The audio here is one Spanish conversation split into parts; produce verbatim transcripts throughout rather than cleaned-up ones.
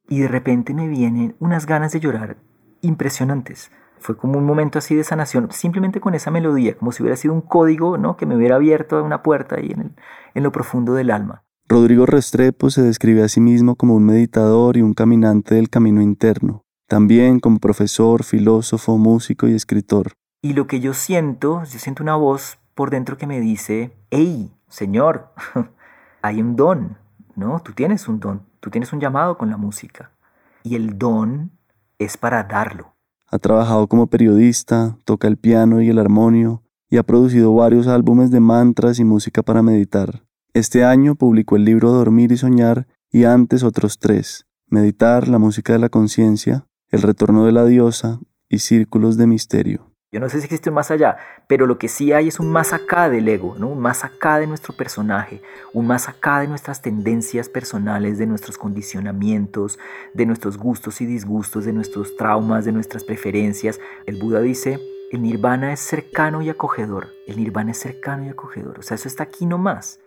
y de repente me vienen unas ganas de llorar impresionantes. Fue como un momento así de sanación, simplemente con esa melodía, como si hubiera sido un código, ¿no?, que me hubiera abierto una puerta ahí en, el, en lo profundo del alma. Rodrigo Restrepo se describe a sí mismo como un meditador y un caminante del camino interno, también como profesor, filósofo, músico y escritor. Y lo que yo siento, yo siento una voz por dentro que me dice, ¡hey, señor! Hay un don, ¿no? Tú tienes un don, tú tienes un llamado con la música. Y el don es para darlo. Ha trabajado como periodista, toca el piano y el armonio y ha producido varios álbumes de mantras y música para meditar. Este año publicó el libro Dormir y Soñar y antes otros tres: Meditar, la música de la conciencia, El retorno de la diosa y Círculos de misterio. Yo no sé si existe un más allá, pero lo que sí hay es un más acá del ego, ¿no? Un más acá de nuestro personaje, un más acá de nuestras tendencias personales, de nuestros condicionamientos, de nuestros gustos y disgustos, de nuestros traumas, de nuestras preferencias. El Buda dice, el nirvana es cercano y acogedor. El nirvana es cercano y acogedor. O sea, eso está aquí nomás.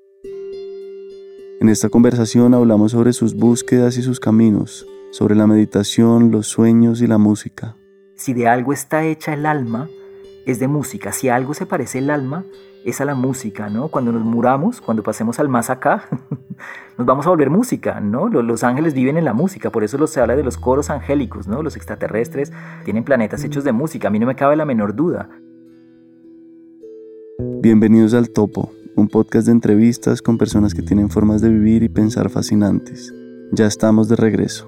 En esta conversación hablamos sobre sus búsquedas y sus caminos, sobre la meditación, los sueños y la música. Si de algo está hecha el alma, es de música. Si a algo se parece el alma, es a la música, ¿no? Cuando nos muramos, cuando pasemos al más acá, nos vamos a volver música, ¿no? Los, los ángeles viven en la música, por eso se habla de los coros angélicos, ¿no? Los extraterrestres tienen planetas hechos de música, a mí no me cabe la menor duda. Bienvenidos al Topo, un podcast de entrevistas con personas que tienen formas de vivir y pensar fascinantes. Ya estamos de regreso.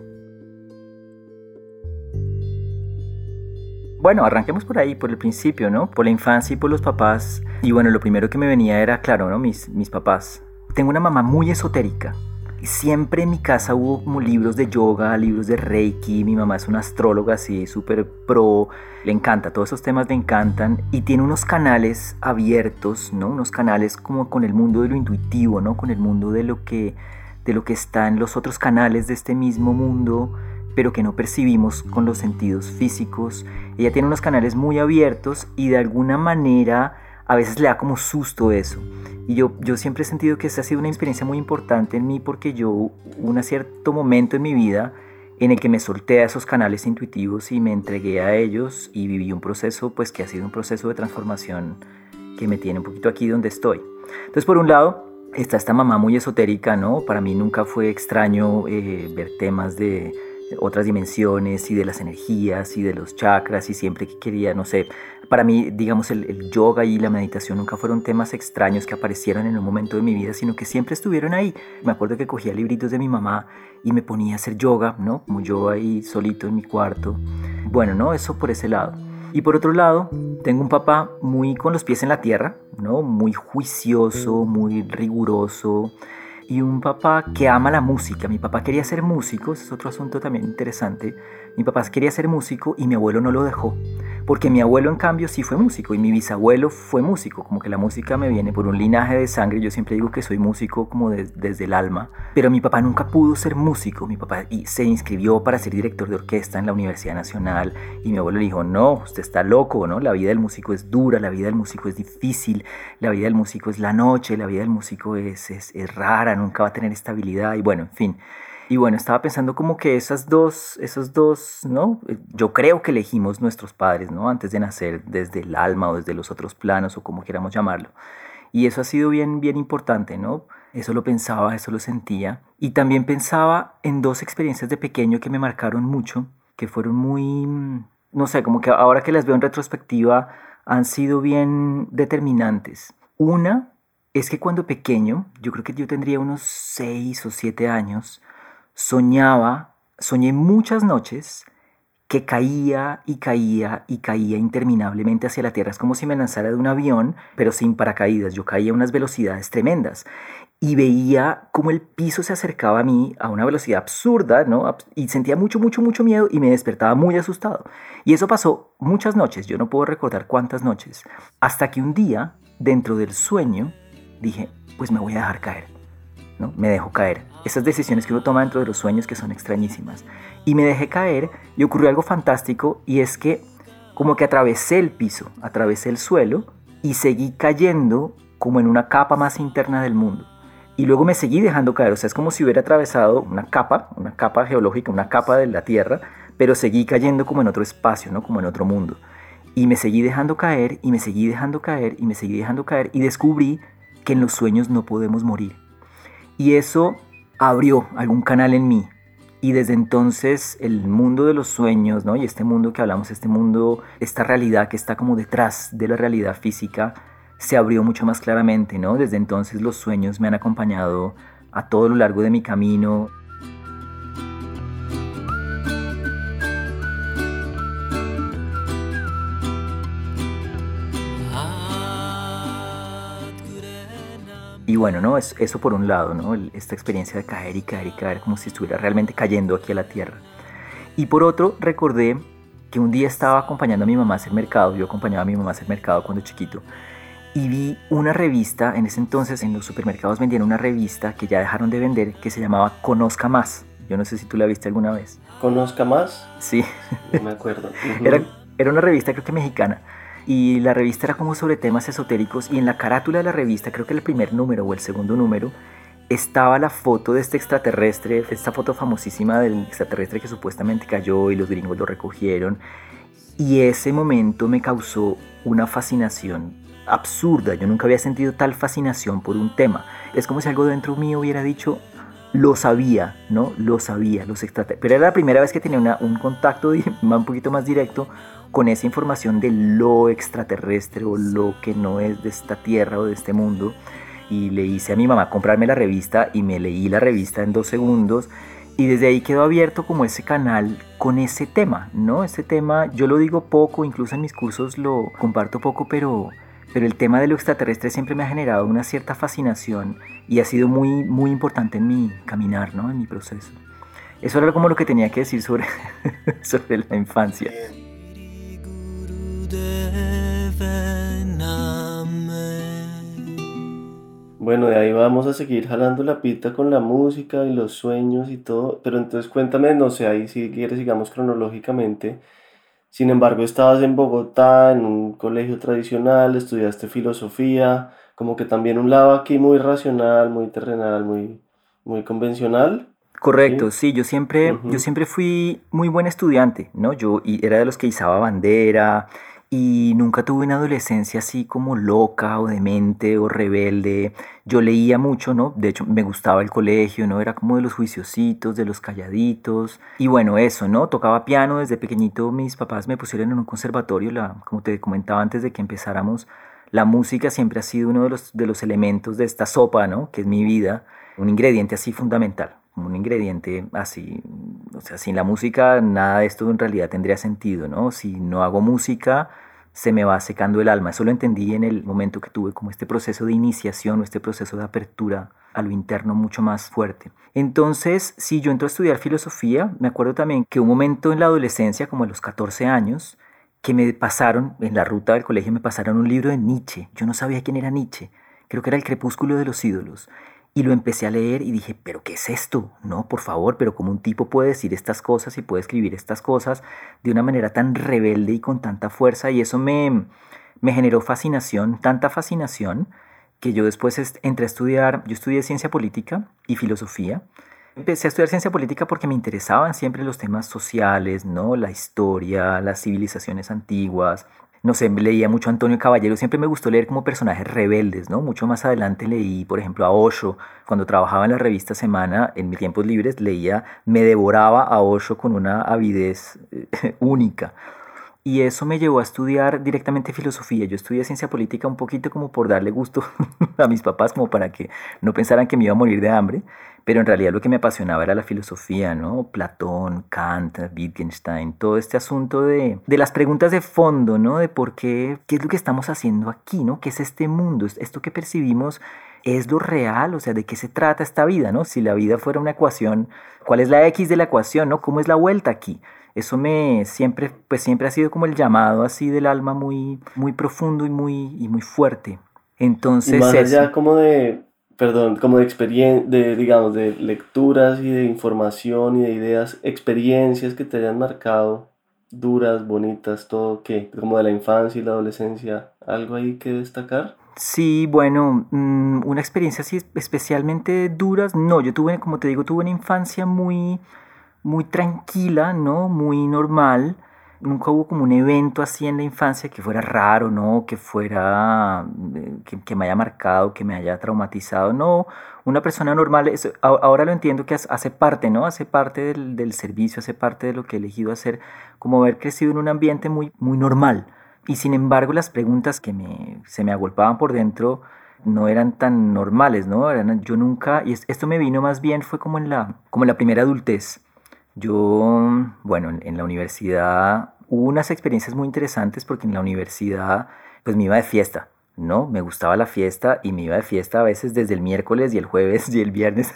Bueno, arranquemos por ahí, por el principio, ¿no? Por la infancia y por los papás. Y bueno, lo primero que me venía era, claro, ¿no? Mis, mis papás. Tengo una mamá muy esotérica. Siempre en mi casa hubo como libros de yoga, libros de reiki. Mi mamá es una astróloga así, súper pro. Le encanta, todos esos temas le encantan. Y tiene unos canales abiertos, ¿no? Unos canales como con el mundo de lo intuitivo, ¿no? Con el mundo de lo que, de lo que está en los otros canales de este mismo mundo, pero que no percibimos con los sentidos físicos. Ella tiene unos canales muy abiertos y de alguna manera a veces le da como susto eso. Y yo, yo siempre he sentido que esa ha sido una experiencia muy importante en mí porque yo hubo un cierto momento en mi vida en el que me solté a esos canales intuitivos y me entregué a ellos y viví un proceso pues que ha sido un proceso de transformación que me tiene un poquito aquí donde estoy. Entonces, por un lado, está esta mamá muy esotérica, ¿no? Para mí nunca fue extraño eh, ver temas de otras dimensiones y de las energías y de los chakras, y siempre que quería, no sé, para mí, digamos, el, el yoga y la meditación nunca fueron temas extraños que aparecieron en un momento de mi vida, sino que siempre estuvieron ahí. Me acuerdo que cogía libritos de mi mamá y me ponía a hacer yoga, ¿no? Como yo ahí solito en mi cuarto. Bueno, ¿no? Eso por ese lado. Y por otro lado, tengo un papá muy con los pies en la tierra, ¿no? Muy juicioso, muy riguroso. Y un papá que ama la música. Mi papá quería ser músico, ese es otro asunto también interesante. Mi papá quería ser músico y mi abuelo no lo dejó, porque mi abuelo en cambio sí fue músico y mi bisabuelo fue músico. Como que la música me viene por un linaje de sangre. Yo siempre digo que soy músico como de, desde el alma, pero mi papá nunca pudo ser músico. Mi papá y se inscribió para ser director de orquesta en la Universidad Nacional y mi abuelo le dijo, no, usted está loco, ¿no? La vida del músico es dura, la vida del músico es difícil, la vida del músico es la noche, la vida del músico es, es, es rara, nunca va a tener estabilidad. Y bueno, en fin. Y bueno, estaba pensando como que esas dos, esos dos, ¿no? Yo creo que elegimos nuestros padres, ¿no? Antes de nacer, desde el alma o desde los otros planos o como queramos llamarlo. Y eso ha sido bien, bien importante, ¿no? Eso lo pensaba, eso lo sentía. Y también pensaba en dos experiencias de pequeño que me marcaron mucho, que fueron muy, no sé, como que ahora que las veo en retrospectiva, han sido bien determinantes. Una es que cuando pequeño, yo creo que yo tendría unos seis o siete años, soñaba, soñé muchas noches que caía y caía y caía interminablemente hacia la tierra. Es como si me lanzara de un avión, pero sin paracaídas. Yo caía a unas velocidades tremendas y veía cómo el piso se acercaba a mí a una velocidad absurda, ¿no? Y sentía mucho, mucho, mucho miedo y me despertaba muy asustado. Y eso pasó muchas noches, yo no puedo recordar cuántas noches, hasta que un día, dentro del sueño, dije, pues me voy a dejar caer. ¿No? Me dejo caer. Esas decisiones que uno toma dentro de los sueños que son extrañísimas. Y me dejé caer y ocurrió algo fantástico, y es que como que atravesé el piso, atravesé el suelo y seguí cayendo como en una capa más interna del mundo. y luego me seguí dejando caer, o sea, es como si hubiera atravesado una capa, una capa geológica, una capa de la Tierra, pero seguí cayendo como en otro espacio, ¿no? Como en otro mundo. Y me seguí dejando caer, y me seguí dejando caer, y me seguí dejando caer, y descubrí que en los sueños no podemos morir. Y eso abrió algún canal en mí. Y desde entonces el mundo de los sueños, ¿no? Y este mundo que hablamos, este mundo, esta realidad que está como detrás de la realidad física, se abrió mucho más claramente, ¿no? Desde entonces los sueños me han acompañado a todo lo largo de mi camino. Y bueno, ¿no? Es, eso por un lado, ¿no? Esta experiencia de caer y caer y caer como si estuviera realmente cayendo aquí a la tierra. Y por otro, recordé que un día estaba acompañando a mi mamá a hacer mercado. Yo acompañaba a mi mamá a hacer mercado cuando chiquito. Y vi una revista, en ese entonces en los supermercados vendían una revista que ya dejaron de vender, que se llamaba Conozca Más. Yo no sé si tú la viste alguna vez. ¿Conozca Más? Sí. No me acuerdo. Uh-huh. Era, era una revista creo que mexicana. Y la revista era como sobre temas esotéricos, y en la carátula de la revista, creo que el primer número o el segundo número, estaba la foto de este extraterrestre, esta foto famosísima del extraterrestre que supuestamente cayó y los gringos lo recogieron. Y ese momento me causó una fascinación absurda. Yo nunca había sentido tal fascinación por un tema. Es como si algo dentro mío hubiera dicho, lo sabía, ¿no? Lo sabía, los extraterrestres. Pero era la primera vez que tenía una, un contacto un poquito más directo con esa información de lo extraterrestre o lo que no es de esta tierra o de este mundo. Y le hice a mi mamá comprarme la revista y me leí la revista en dos segundos. Y desde ahí quedó abierto como ese canal con ese tema, ¿no? Ese tema, yo lo digo poco, incluso en mis cursos lo comparto poco, pero, pero el tema de lo extraterrestre siempre me ha generado una cierta fascinación y ha sido muy, muy importante en mi caminar, ¿no? En mi proceso. Eso era como lo que tenía que decir sobre, sobre la infancia. Bueno, de ahí vamos a seguir jalando la pita con la música y los sueños y todo, pero entonces cuéntame, no sé, ahí si quieres sigamos cronológicamente. Sin embargo, estabas en Bogotá, en un colegio tradicional, estudiaste filosofía, como que también un lado aquí muy racional, muy terrenal, muy, muy convencional. Correcto, ¿Sí? sí, yo siempre, Uh-huh. yo siempre fui muy buen estudiante, ¿no? Yo y era de los que izaba bandera y nunca tuve una adolescencia así como loca o demente o rebelde. Yo leía mucho, ¿no? De hecho, me gustaba el colegio, ¿no? Era como de los juiciositos, de los calladitos. Y bueno, eso, ¿no? Tocaba piano desde pequeñito. Mis papás me pusieron en un conservatorio, la, como te comentaba antes de que empezáramos. La música siempre ha sido uno de los, de los elementos de esta sopa, ¿no? Que es mi vida, un ingrediente así fundamental. Un ingrediente así, o sea, sin la música nada de esto en realidad tendría sentido, ¿no? Si no hago música, se me va secando el alma. Eso lo entendí en el momento que tuve como este proceso de iniciación o este proceso de apertura a lo interno mucho más fuerte. Entonces, si yo entro a estudiar filosofía, me acuerdo también que un momento en la adolescencia, como a los catorce años, que me pasaron, en la ruta del colegio me pasaron un libro de Nietzsche. Yo no sabía quién era Nietzsche, creo que era El crepúsculo de los ídolos. Y lo empecé a leer y dije, ¿pero qué es esto? No, por favor, pero ¿cómo un tipo puede decir estas cosas y puede escribir estas cosas de una manera tan rebelde y con tanta fuerza? Y eso me, me generó fascinación, tanta fascinación, que yo después entré a estudiar, yo estudié ciencia política y filosofía. Empecé a estudiar ciencia política porque me interesaban siempre los temas sociales, ¿no? La historia, las civilizaciones antiguas. No sé, leía mucho a Antonio Caballero, siempre me gustó leer como personajes rebeldes, ¿no? Mucho más adelante leí, por ejemplo, a Osho. Cuando trabajaba en la revista Semana, en mis tiempos libres, leía, me devoraba a Osho con una avidez eh, única. Y eso me llevó a estudiar directamente filosofía. Yo estudié ciencia política un poquito como por darle gusto a mis papás, como para que no pensaran que me iba a morir de hambre. Pero en realidad lo que me apasionaba era la filosofía, ¿no? Platón, Kant, Wittgenstein, todo este asunto de, de las preguntas de fondo, ¿no? De por qué, qué es lo que estamos haciendo aquí, ¿no? ¿Qué es este mundo? ¿Esto que percibimos es lo real? O sea, ¿de qué se trata esta vida, ¿no? Si la vida fuera una ecuación, ¿cuál es la X de la ecuación, ¿no? ¿Cómo es la vuelta aquí? Eso me siempre, pues siempre ha sido como el llamado así del alma muy, muy profundo y muy, y muy fuerte. Entonces, y más allá eso. como de, perdón, como de experiencia, de, digamos, de lecturas y de información y de ideas, experiencias que te hayan marcado, duras, bonitas, todo, ¿qué? Como de la infancia y la adolescencia, ¿algo ahí que destacar? Sí, bueno, mm, una experiencia así especialmente dura, no, yo tuve, como te digo, tuve una infancia muy, muy tranquila, ¿no? Muy normal. Nunca hubo como un evento así en la infancia que fuera raro, ¿no? Que fuera, eh, que, que me haya marcado, que me haya traumatizado. No, una persona normal, eso, a- ahora lo entiendo que hace hace parte, ¿no? Hace parte del, del servicio, hace parte de lo que he elegido hacer, como haber crecido en un ambiente muy, muy normal. Y sin embargo, las preguntas que me, se me agolpaban por dentro no eran tan normales, ¿no? Eran, yo nunca, y es- esto me vino más bien, fue como en la, como en la primera adultez. Yo, bueno, en, en la universidad hubo unas experiencias muy interesantes porque en la universidad pues me iba de fiesta, ¿no? Me gustaba la fiesta y me iba de fiesta a veces desde el miércoles y el jueves y el viernes.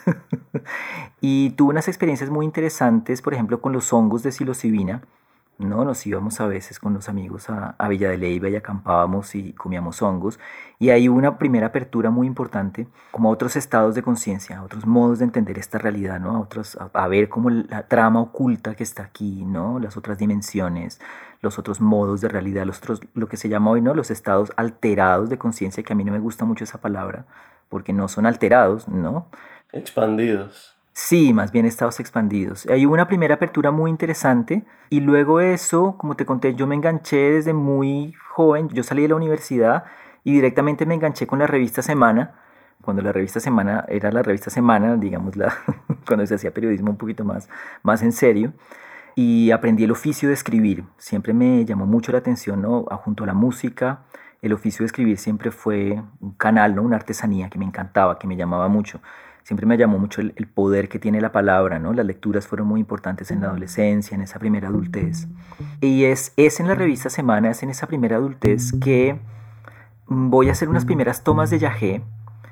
Y tuve unas experiencias muy interesantes, por ejemplo, con los hongos de psilocibina, ¿no? Nos íbamos a veces con los amigos a, a Villa de Leyva y acampábamos y comíamos hongos. Y ahí hubo una primera apertura muy importante, como a otros estados de conciencia, a otros modos de entender esta realidad, ¿no? A, otros, a, a ver como la trama oculta que está aquí, ¿no? Las otras dimensiones, los otros modos de realidad, los otros, lo que se llama hoy, ¿no? Los estados alterados de conciencia, que a mí no me gusta mucho esa palabra, porque no son alterados, ¿no? Expandidos. Sí, más bien estados expandidos. Hay una primera apertura muy interesante y luego eso, como te conté, yo me enganché desde muy joven. Yo salí de la universidad y directamente me enganché con la revista Semana, cuando la revista Semana era la revista Semana, digamos, la, cuando se hacía periodismo un poquito más, más en serio. Y aprendí el oficio de escribir. Siempre me llamó mucho la atención, ¿no? Junto a la música, el oficio de escribir siempre fue un canal, ¿no? Una artesanía que me encantaba, que me llamaba mucho. Siempre me llamó mucho el, el poder que tiene la palabra, ¿no? Las lecturas fueron muy importantes en la adolescencia, en esa primera adultez. Y es, es en la revista Semana, es en esa primera adultez que voy a hacer unas primeras tomas de yagé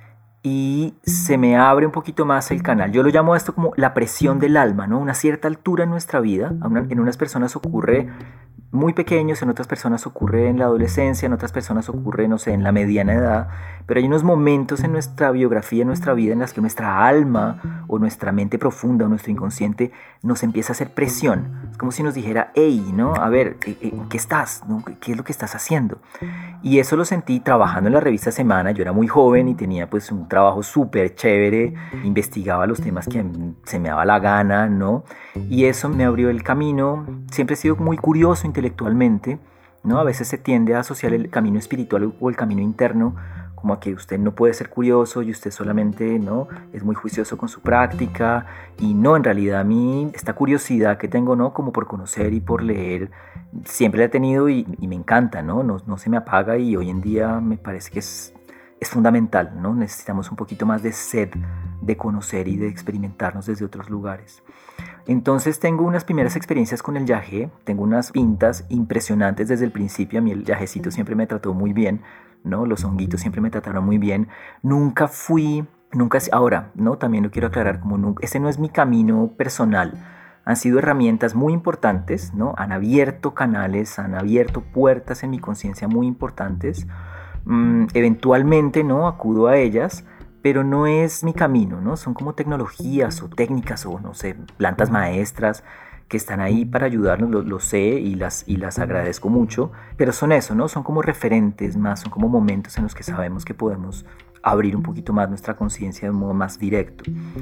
y se me abre un poquito más el canal. Yo lo llamo esto como la presión del alma, ¿no? Una cierta altura en nuestra vida. En unas personas ocurre muy pequeños, en otras personas ocurre en la adolescencia, en otras personas ocurre, no sé, en la mediana edad, pero hay unos momentos en nuestra biografía, en nuestra vida, en las que nuestra alma o nuestra mente profunda o nuestro inconsciente nos empieza a hacer presión. Es como si nos dijera, hey, ¿no? A ver, ¿en qué estás? ¿No? ¿Qué es lo que estás haciendo? Y eso lo sentí trabajando en la revista Semana. Yo era muy joven y tenía pues un trabajo súper chévere, investigaba los temas que se me daba la gana, ¿no? Y eso me abrió el camino. Siempre he sido muy curioso intelectualmente, ¿no? A veces se tiende a asociar el camino espiritual o el camino interno como a que usted no puede ser curioso y usted solamente, ¿no? Es muy juicioso con su práctica. Y no, en realidad a mí esta curiosidad que tengo, ¿no? Como por conocer y por leer, siempre la he tenido y, y me encanta, ¿no? ¿no? No se me apaga y hoy en día me parece que es, es fundamental, ¿no? Necesitamos un poquito más de sed de conocer y de experimentarnos desde otros lugares. Entonces tengo unas primeras experiencias con el yagé, tengo unas pintas impresionantes desde el principio. A mí el yagecito siempre me trató muy bien, ¿no? Los honguitos siempre me trataron muy bien. Nunca fui, nunca, ahora, ¿no? También lo quiero aclarar, como nunca, ese no es mi camino personal. Han sido herramientas muy importantes, ¿no? Han abierto canales, han abierto puertas en mi conciencia muy importantes. Mm, eventualmente, ¿no? Acudo a ellas, pero no es mi camino, ¿no? Son como tecnologías o técnicas o, no sé, plantas maestras que están ahí para ayudarnos, lo, lo sé y las, y las agradezco mucho, pero son eso, ¿no? Son como referentes más, son como momentos en los que sabemos que podemos abrir un poquito más nuestra conciencia de un modo más directo.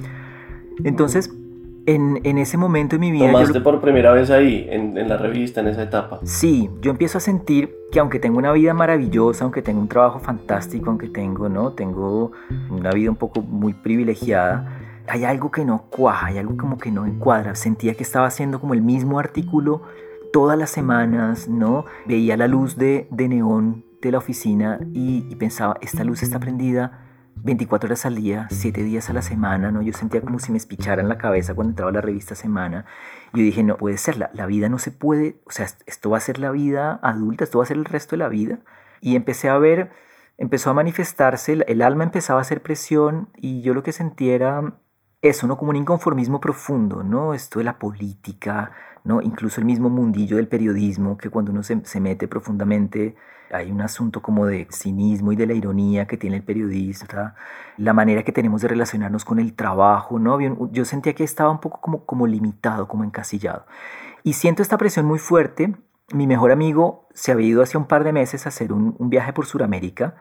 Entonces, en, en ese momento de mi vida... ¿Tomaste yo, por primera vez ahí, en, en la revista, en esa etapa? Sí, yo empiezo a sentir que aunque tengo una vida maravillosa, aunque tengo un trabajo fantástico, aunque tengo, ¿no? Tengo una vida un poco muy privilegiada, hay algo que no cuaja, hay algo como que no encuadra. Sentía que estaba haciendo como el mismo artículo todas las semanas, ¿no? Veía la luz de, de neón de la oficina y, y pensaba, esta luz está prendida veinticuatro horas al día, siete días a la semana, ¿no? Yo sentía como si me espicharan la cabeza cuando entraba a la revista Semana. Y yo dije, no puede ser, la, la vida no se puede, o sea, esto va a ser la vida adulta, esto va a ser el resto de la vida. Y empecé a ver, empezó a manifestarse, el, el alma empezaba a hacer presión y yo lo que sentía era eso, ¿no? Como un inconformismo profundo, ¿no? Esto de la política, ¿no? Incluso el mismo mundillo del periodismo, que cuando uno se, se mete profundamente hay un asunto como de cinismo y de la ironía que tiene el periodista, la manera que tenemos de relacionarnos con el trabajo, ¿no? Yo sentía que estaba un poco como, como limitado, como encasillado. Y siento esta presión muy fuerte. Mi mejor amigo se había ido hace un par de meses a hacer un, un viaje por Sudamérica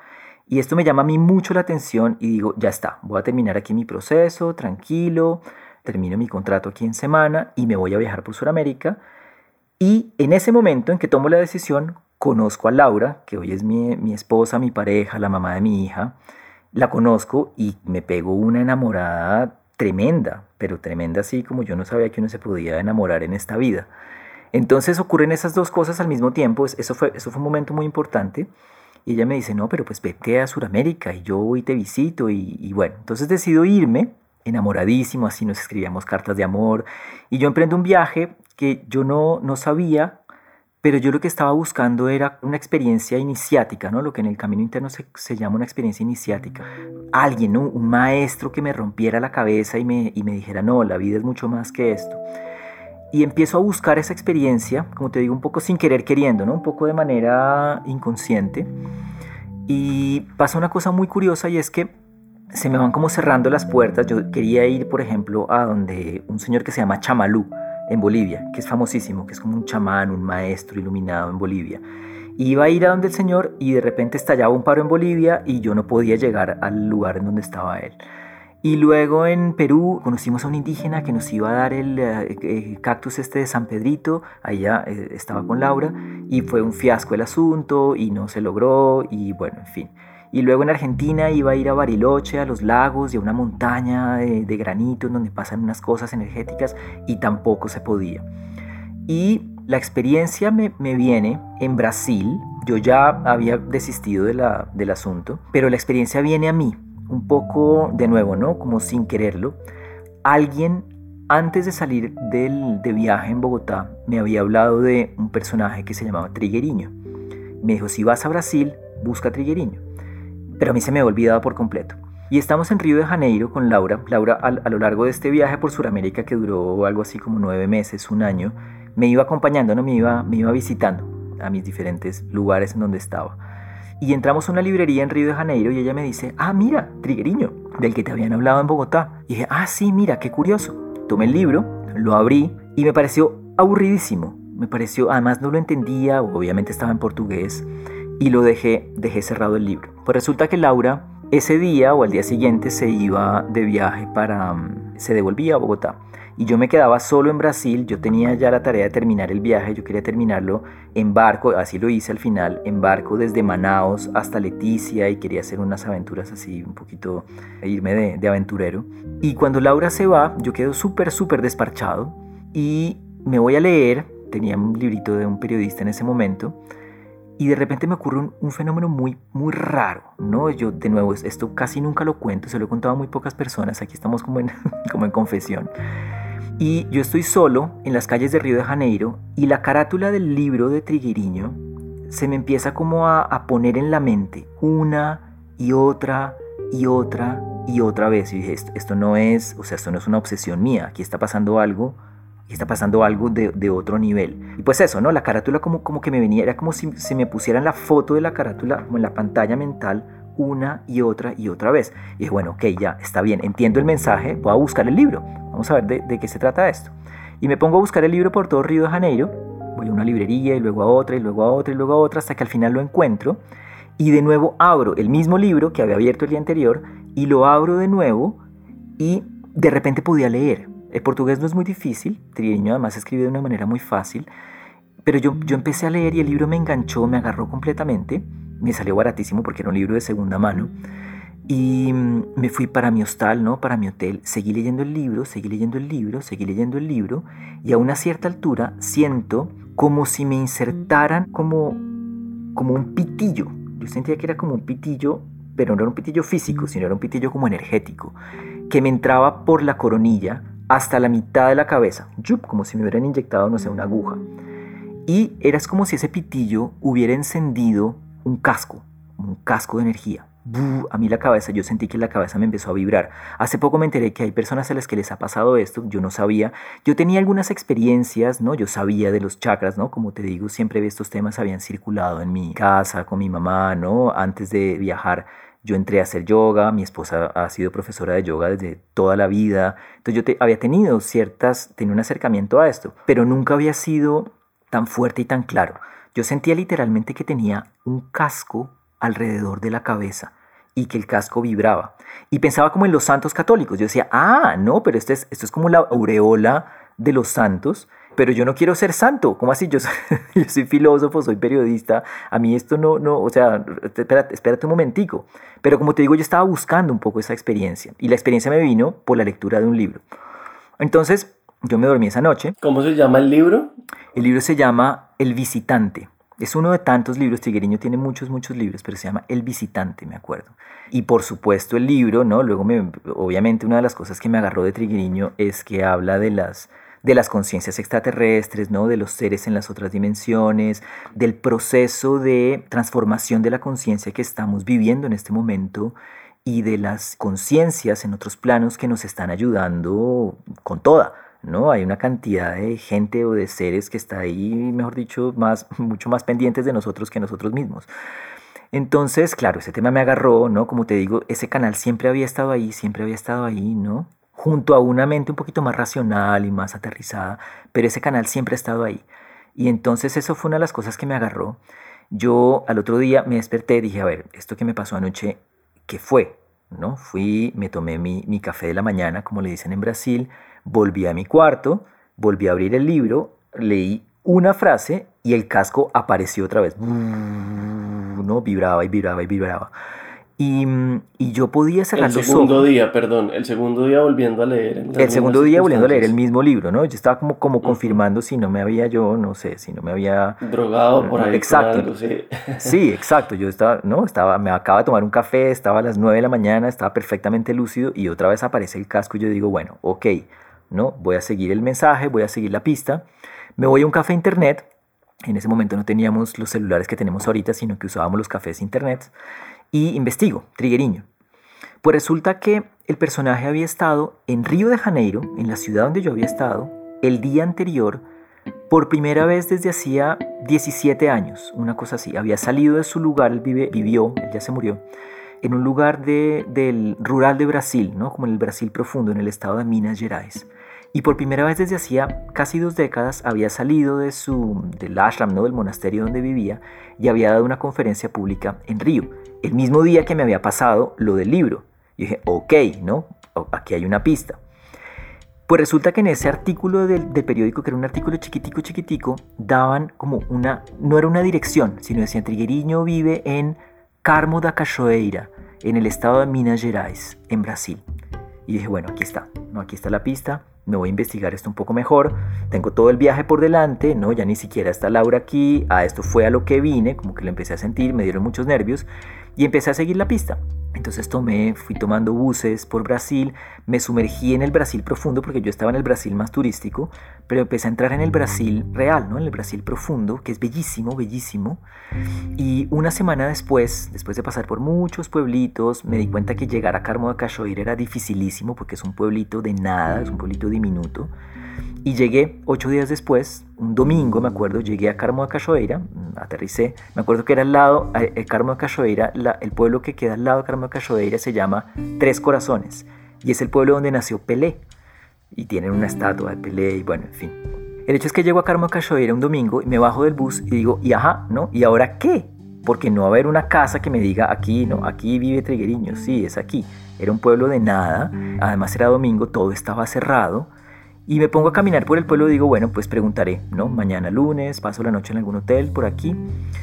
Y esto me llama a mí mucho la atención y digo, ya está, voy a terminar aquí mi proceso, tranquilo, termino mi contrato aquí en semana y me voy a viajar por Sudamérica. Y en ese momento en que tomo la decisión, conozco a Laura, que hoy es mi, mi esposa, mi pareja, la mamá de mi hija. La conozco y me pego una enamorada tremenda, pero tremenda así como yo no sabía que uno se podía enamorar en esta vida. Entonces ocurren esas dos cosas al mismo tiempo. Eso fue, eso fue un momento muy importante. Y ella me dice, no, pero pues vete a Sudamérica y yo voy y te visito. Y, y bueno, entonces decido irme, enamoradísimo, así nos escribíamos cartas de amor. Y yo emprendo un viaje que yo no, no sabía, pero yo lo que estaba buscando era una experiencia iniciática, ¿no? Lo que en el camino interno se, se llama una experiencia iniciática. Alguien, ¿no? Un maestro que me rompiera la cabeza y me, y me dijera, no, la vida es mucho más que esto. Y empiezo a buscar esa experiencia, como te digo, un poco sin querer queriendo, ¿no? Un poco de manera inconsciente. Y pasa una cosa muy curiosa y es que se me van como cerrando las puertas. Yo quería ir, por ejemplo, a donde un señor que se llama Chamalú, en Bolivia, que es famosísimo, que es como un chamán, un maestro iluminado en Bolivia. Y iba a ir a donde el señor y de repente estallaba un paro en Bolivia y yo no podía llegar al lugar en donde estaba él. Y luego en Perú conocimos a un indígena que nos iba a dar el eh, cactus este de San Pedrito. Allá eh, estaba con Laura y fue un fiasco el asunto y no se logró y bueno, en fin. Y luego en Argentina iba a ir a Bariloche, a los lagos y a una montaña de, de granito en donde pasan unas cosas energéticas y tampoco se podía. Y la experiencia me, me viene en Brasil. Yo ya había desistido de la, del asunto, pero la experiencia viene a mí. Un poco de nuevo, ¿no? Como sin quererlo. Alguien, antes de salir del, de viaje en Bogotá, me había hablado de un personaje que se llamaba Trigueriño. Me dijo, si vas a Brasil, busca a Trigueriño. Pero a mí se me había olvidado por completo. Y estamos en Río de Janeiro con Laura. Laura, a, a lo largo de este viaje por Sudamérica, que duró algo así como nueve meses, un año, me iba acompañando, ¿no? me, iba, me iba visitando a mis diferentes lugares en donde estaba. Y entramos a una librería en Río de Janeiro y ella me dice, ah, mira, Trigueriño, del que te habían hablado en Bogotá. Y dije, ah, sí, mira, qué curioso. Tomé el libro, lo abrí y me pareció aburridísimo. Me pareció, además no lo entendía, obviamente estaba en portugués, y lo dejé, dejé cerrado el libro. Pues resulta que Laura ese día o al día siguiente se iba de viaje para, se devolvía a Bogotá. Y yo me quedaba solo en Brasil. Yo tenía ya la tarea de terminar el viaje. Yo quería terminarlo en barco, así lo hice al final, en barco desde Manaos hasta Leticia, y quería hacer unas aventuras así, un poquito, irme de, de aventurero. Y cuando Laura se va, yo quedo súper, súper desparchado y me voy a leer. Tenía un librito de un periodista en ese momento. Y de repente me ocurre un, un fenómeno muy, muy raro, ¿no? Yo, de nuevo, esto casi nunca lo cuento, se lo he contado a muy pocas personas, aquí estamos como en, como en confesión. Y yo estoy solo en las calles de Río de Janeiro y la carátula del libro de Trigueriño se me empieza como a, a poner en la mente una y otra y otra y otra vez. Y dije, esto, esto no es, o sea, esto no es una obsesión mía, aquí está pasando algo. Y está pasando algo de, de otro nivel. Y pues eso, ¿no? La carátula como, como que me venía, era como si se me pusieran la foto de la carátula como en la pantalla mental una y otra y otra vez. Y dije, bueno, ok, ya, está bien, entiendo el mensaje, voy a buscar el libro. Vamos a ver de, de qué se trata esto. Y me pongo a buscar el libro por todo Río de Janeiro. Voy a una librería y luego a otra y luego a otra y luego a otra hasta que al final lo encuentro. Y de nuevo abro el mismo libro que había abierto el día anterior y lo abro de nuevo y de repente podía leer. El portugués no es muy difícil, Trigueriño además escribe de una manera muy fácil, pero yo, yo empecé a leer y el libro me enganchó, me agarró completamente, me salió baratísimo porque era un libro de segunda mano, y me fui para mi hostal, ¿no? Para mi hotel, seguí leyendo el libro, seguí leyendo el libro, seguí leyendo el libro, y a una cierta altura siento como si me insertaran como, como un pitillo. Yo sentía que era como un pitillo, pero no era un pitillo físico, sino era un pitillo como energético, que me entraba por la coronilla, hasta la mitad de la cabeza, como si me hubieran inyectado, no sé, una aguja. Y era como si ese pitillo hubiera encendido un casco, un casco de energía. A mí la cabeza, yo sentí que la cabeza me empezó a vibrar. Hace poco me enteré que hay personas a las que les ha pasado esto, yo no sabía. Yo tenía algunas experiencias, ¿no? Yo sabía de los chakras, ¿no? Como te digo, siempre estos temas habían circulado en mi casa, con mi mamá, ¿no? Antes de viajar, yo entré a hacer yoga, mi esposa ha sido profesora de yoga desde toda la vida, entonces yo te, había tenido ciertas, tenía un acercamiento a esto, pero nunca había sido tan fuerte y tan claro. Yo sentía literalmente que tenía un casco alrededor de la cabeza, y que el casco vibraba. Y pensaba como en los santos católicos. Yo decía, ah, no, pero este es, esto es como la aureola de los santos, pero yo no quiero ser santo. ¿Cómo así? Yo soy, yo soy filósofo, soy periodista. A mí esto no, no, o sea, espérate, espérate un momentico. Pero como te digo, yo estaba buscando un poco esa experiencia. Y la experiencia me vino por la lectura de un libro. Entonces, yo me dormí esa noche. ¿Cómo se llama el libro? El libro se llama El Visitante. Es uno de tantos libros. Triguereño tiene muchos, muchos libros, pero se llama El Visitante, me acuerdo. Y por supuesto el libro, ¿no? Luego, me, obviamente, una de las cosas que me agarró de Triguereño es que habla de las, de las conciencias extraterrestres, ¿no? De los seres en las otras dimensiones, del proceso de transformación de la conciencia que estamos viviendo en este momento y de las conciencias en otros planos que nos están ayudando con toda. ¿No? Hay una cantidad de gente o de seres que está ahí, mejor dicho, más, mucho más pendientes de nosotros que nosotros mismos. Entonces, claro, ese tema me agarró, ¿no? Como te digo, ese canal siempre había estado ahí, siempre había estado ahí, ¿no? Junto a una mente un poquito más racional y más aterrizada, pero ese canal siempre ha estado ahí. Y entonces eso fue una de las cosas que me agarró. Yo al otro día me desperté y dije, a ver, esto que me pasó anoche, ¿qué fue? ¿No? Fui, me tomé mi, mi café de la mañana, como le dicen en Brasil. Volví a mi cuarto, volví a abrir el libro, leí una frase y el casco apareció otra vez. ¿No? Vibraba y vibraba y vibraba. Y, y yo podía cerrar los ojos. El segundo día, perdón, el segundo día volviendo a leer. El segundo día volviendo a leer el mismo libro, ¿no? Yo estaba como, como uh-huh. confirmando si no me había yo, no sé, si no me había... Drogado por ahí. Exacto. Algo, sí. sí, exacto. Yo estaba, ¿no? Estaba, me acaba de tomar un café, estaba a las nueve de la mañana, estaba perfectamente lúcido y otra vez aparece el casco y yo digo, bueno, ok, ¿no? Voy a seguir el mensaje, voy a seguir la pista. Me voy a un café internet. En ese momento no teníamos los celulares que tenemos ahorita, sino que usábamos los cafés internet. Y investigo, Triguereño. Pues resulta que el personaje había estado en Río de Janeiro, en la ciudad donde yo había estado, el día anterior, por primera vez desde hacía diecisiete años, una cosa así. Había salido de su lugar, él vive, vivió, él ya se murió, en un lugar de, del rural de Brasil, ¿no? Como en el Brasil profundo, en el estado de Minas Gerais. Y por primera vez desde hacía casi dos décadas había salido de su, del ashram, ¿no? Del monasterio donde vivía, y había dado una conferencia pública en Río, el mismo día que me había pasado lo del libro. Y dije, ok, ¿no? Aquí hay una pista. Pues resulta que en ese artículo del, del periódico, que era un artículo chiquitico, chiquitico, daban como una, no era una dirección, sino decían, Triguereño vive en Carmo da Cachoeira, en el estado de Minas Gerais, en Brasil. Y dije, bueno, aquí está, ¿no? Aquí está la pista, me voy a investigar esto un poco mejor, tengo todo el viaje por delante, ¿no? Ya ni siquiera está Laura aquí, a esto fue a lo que vine, como que lo empecé a sentir, me dieron muchos nervios, y empecé a seguir la pista. Entonces tomé, fui tomando buses por Brasil, me sumergí en el Brasil profundo, porque yo estaba en el Brasil más turístico, pero empecé a entrar en el Brasil real, ¿no? En el Brasil profundo, que es bellísimo, bellísimo. Y una semana después, después de pasar por muchos pueblitos, me di cuenta que llegar a Carmo da Cachoeira era dificilísimo, porque es un pueblito de nada, es un pueblito diminuto. Y llegué ocho días después, un domingo me acuerdo, llegué a Carmo da Cachoeira, aterricé, me acuerdo que era al lado, el Carmo da Cachoeira, la, el pueblo que queda al lado de Carmo da Cachoeira se llama Tres Corazones, y es el pueblo donde nació Pelé, y tienen una estatua de Pelé, y bueno, en fin. El hecho es que llego a Carmo da Cachoeira un domingo, y me bajo del bus y digo, y ajá, ¿no? ¿Y ahora qué? Porque no va a haber una casa que me diga, aquí, no, aquí vive Triguereño, sí, es aquí. Era un pueblo de nada, además era domingo, todo estaba cerrado. Y me pongo a caminar por el pueblo y digo, bueno, pues preguntaré, ¿no? Mañana lunes, paso la noche en algún hotel por aquí.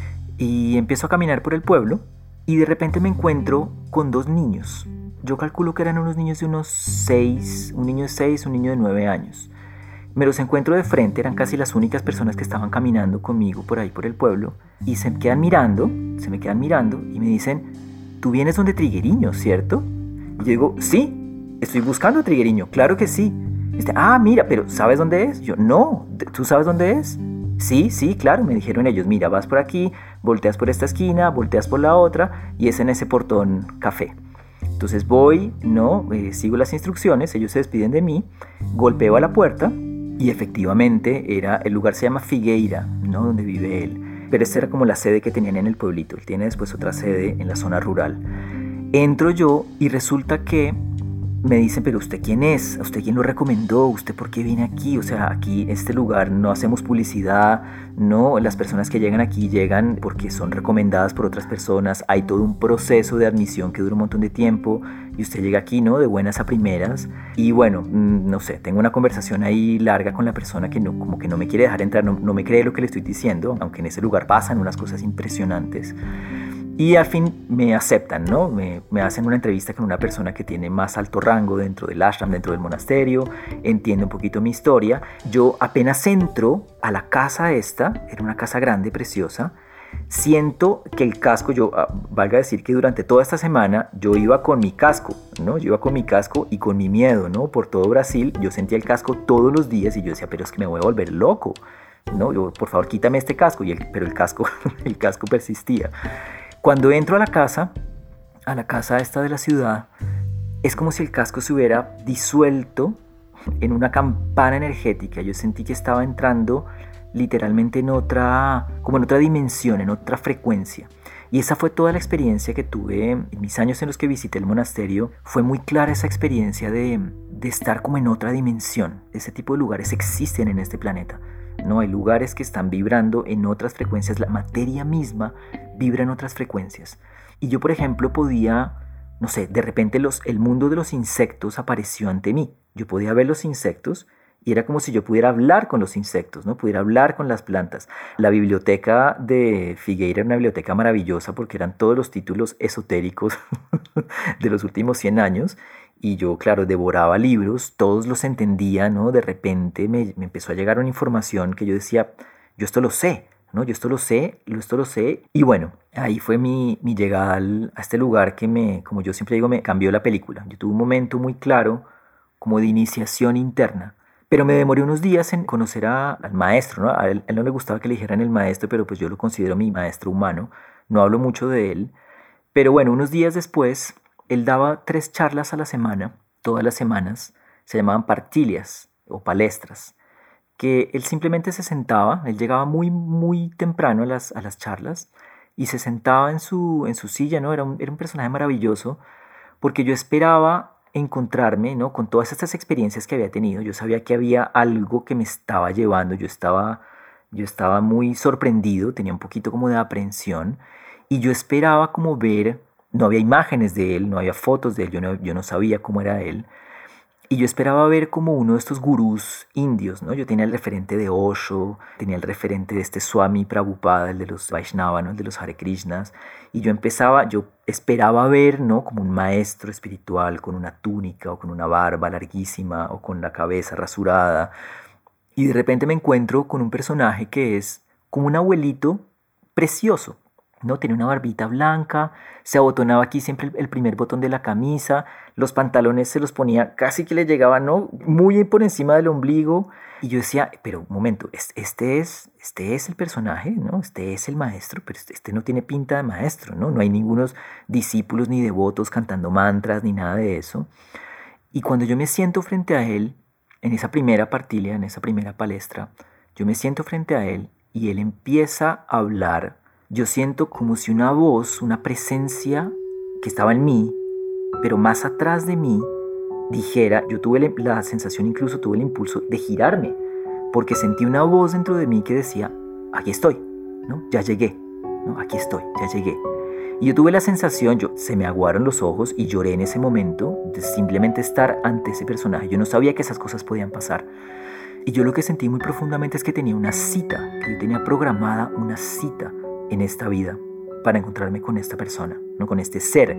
Y empiezo a caminar por el pueblo y de repente me encuentro con dos niños. Yo calculo que eran unos niños de unos seis, un niño de seis, un niño de nueve años. Me los encuentro de frente, eran casi las únicas personas que estaban caminando conmigo por ahí por el pueblo. Y se me quedan mirando, se me quedan mirando y me dicen, tú vienes donde Triguereño, ¿cierto? Y yo digo, sí, estoy buscando a Triguereño, claro que sí. Este, ah, mira, pero ¿sabes dónde es? Yo, no, ¿tú sabes dónde es? Sí, sí, claro, me dijeron ellos, mira, vas por aquí, volteas por esta esquina, volteas por la otra y es en ese portón café. Entonces voy, no, eh, sigo las instrucciones, ellos se despiden de mí, golpeo a la puerta y efectivamente era, el lugar se llama Figueira, ¿no? Donde vive él. Pero esta era como la sede que tenían en el pueblito, él tiene después otra sede en la zona rural. Entro yo y resulta que me dicen, pero ¿usted quién es? ¿A usted quién lo recomendó? ¿Usted por qué viene aquí? O sea, aquí en este lugar no hacemos publicidad, no, las personas que llegan aquí llegan porque son recomendadas por otras personas, hay todo un proceso de admisión que dura un montón de tiempo y usted llega aquí, ¿no? De buenas a primeras y bueno, no sé, tengo una conversación ahí larga con la persona que no, como que no me quiere dejar entrar, no, no me cree lo que le estoy diciendo, aunque en ese lugar pasan unas cosas impresionantes. Y al fin me aceptan, ¿no? Me, me hacen una entrevista con una persona que tiene más alto rango dentro del ashram, dentro del monasterio, entiende un poquito mi historia. Yo apenas entro a la casa esta, era una casa grande, preciosa, siento que el casco, yo, valga decir que durante toda esta semana yo iba con mi casco, ¿no? Yo iba con mi casco y con mi miedo, ¿no? Por todo Brasil, yo sentía el casco todos los días y yo decía, pero es que me voy a volver loco, ¿no? Yo, por favor, quítame este casco, y el, pero el casco, el casco persistía. Cuando entro a la casa, a la casa esta de la ciudad, es como si el casco se hubiera disuelto en una campana energética. Yo sentí que estaba entrando literalmente en otra, como en otra dimensión, en otra frecuencia. Y esa fue toda la experiencia que tuve en mis años en los que visité el monasterio. Fue muy clara esa experiencia de, de estar como en otra dimensión. Ese tipo de lugares existen en este planeta. No, hay lugares que están vibrando en otras frecuencias. La materia misma vibra en otras frecuencias. Y yo, por ejemplo, podía, no sé, de repente los, el mundo de los insectos apareció ante mí. Yo podía ver los insectos y era como si yo pudiera hablar con los insectos, ¿no? Pudiera hablar con las plantas. La biblioteca de Figueira era una biblioteca maravillosa porque eran todos los títulos esotéricos de los últimos cien años. Y yo, claro, devoraba libros, todos los entendía, ¿no? De repente me, me empezó a llegar una información que yo decía, yo esto lo sé, ¿no? Yo esto lo sé, yo esto lo sé. Y bueno, ahí fue mi, mi llegada al, a este lugar que me, como yo siempre digo, me cambió la película. Yo tuve un momento muy claro como de iniciación interna. Pero me demoré unos días en conocer a, al maestro, ¿no? A él, a él no le gustaba que le dijeran el maestro, pero pues yo lo considero mi maestro humano. No hablo mucho de él. Pero bueno, unos días después, él daba tres charlas a la semana, todas las semanas. Se llamaban partilias o palestras. Que él simplemente se sentaba, él llegaba muy, muy temprano a las, a las charlas y se sentaba en su, en su silla, ¿no? Era un, era un personaje maravilloso porque yo esperaba encontrarme, ¿no? Con todas estas experiencias que había tenido. Yo sabía que había algo que me estaba llevando, yo estaba, yo estaba muy sorprendido, tenía un poquito como de aprensión y yo esperaba como ver, no había imágenes de él, no había fotos de él, yo no, yo no sabía cómo era él. Y yo esperaba ver como uno de estos gurús indios, ¿no? Yo tenía el referente de Osho, tenía el referente de este Swami Prabhupada, el de los Vaishnava, ¿no? El de los Hare Krishnas. Y yo empezaba, yo esperaba ver, ¿no? Como un maestro espiritual con una túnica o con una barba larguísima o con la cabeza rasurada. Y de repente me encuentro con un personaje que es como un abuelito precioso, ¿no? Tenía una barbita blanca, se abotonaba aquí siempre el, el primer botón de la camisa, los pantalones se los ponía casi que le llegaban, ¿no? Muy por encima del ombligo. Y yo decía, pero un momento, este es, este es el personaje, ¿no? Este es el maestro, pero este, este no tiene pinta de maestro, ¿no? No hay ningunos discípulos ni devotos cantando mantras ni nada de eso. Y cuando yo me siento frente a él, en esa primera partilia, en esa primera palestra, yo me siento frente a él y él empieza a hablar. Yo siento como si una voz, una presencia que estaba en mí, pero más atrás de mí, dijera, yo tuve la sensación, incluso tuve el impulso de girarme, porque sentí una voz dentro de mí que decía, aquí estoy, ¿no? Ya llegué, ¿no? Aquí estoy, ya llegué. Y yo tuve la sensación, yo, se me aguaron los ojos y lloré en ese momento de simplemente estar ante ese personaje. Yo no sabía que esas cosas podían pasar. Y yo lo que sentí muy profundamente es que tenía una cita, que yo tenía programada una cita en esta vida para encontrarme con esta persona, no con este ser.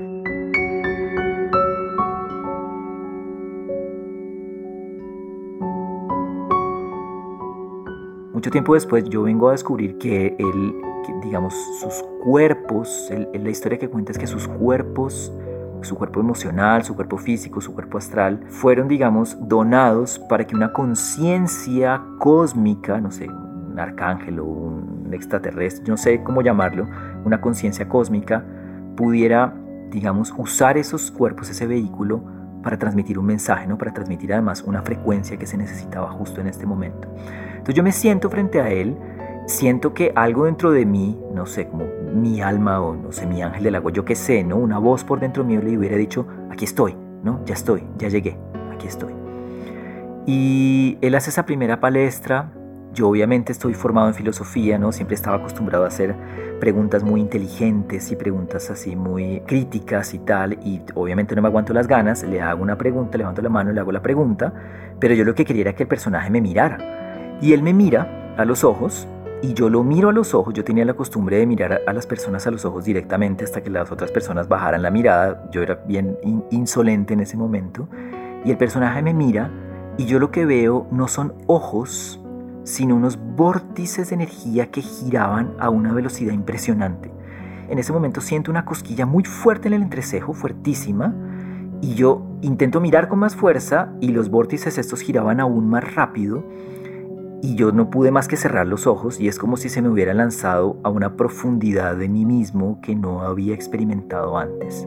Mucho tiempo después yo vengo a descubrir que él, que, digamos, sus cuerpos, él, él, la historia que cuenta es que sus cuerpos, su cuerpo emocional, su cuerpo físico, su cuerpo astral, fueron, digamos, donados para que una conciencia cósmica, no sé, un arcángel o un extraterrestre, no sé cómo llamarlo, una conciencia cósmica, pudiera, digamos, usar esos cuerpos, ese vehículo, para transmitir un mensaje, ¿no? Para transmitir además una frecuencia que se necesitaba justo en este momento. Entonces yo me siento frente a él, siento que algo dentro de mí, no sé, como mi alma o no sé, mi ángel del agua, yo qué sé, ¿no? Una voz por dentro mío le hubiera dicho, aquí estoy, ¿no? Ya estoy, ya llegué, aquí estoy. Y él hace esa primera palestra. Yo obviamente estoy formado en filosofía, ¿no? Siempre estaba acostumbrado a hacer preguntas muy inteligentes y preguntas así muy críticas y tal, y obviamente no me aguanto las ganas, le hago una pregunta, levanto la mano, le hago la pregunta, pero yo lo que quería era que el personaje me mirara. Y él me mira a los ojos, y yo lo miro a los ojos. Yo tenía la costumbre de mirar a las personas a los ojos directamente hasta que las otras personas bajaran la mirada. Yo era bien in- insolente en ese momento, y el personaje me mira, y yo lo que veo no son ojos, sino unos vórtices de energía que giraban a una velocidad impresionante. En ese momento siento una cosquilla muy fuerte en el entrecejo, fuertísima, y yo intento mirar con más fuerza y los vórtices estos giraban aún más rápido, y yo no pude más que cerrar los ojos, y es como si se me hubiera lanzado a una profundidad de mí mismo que no había experimentado antes.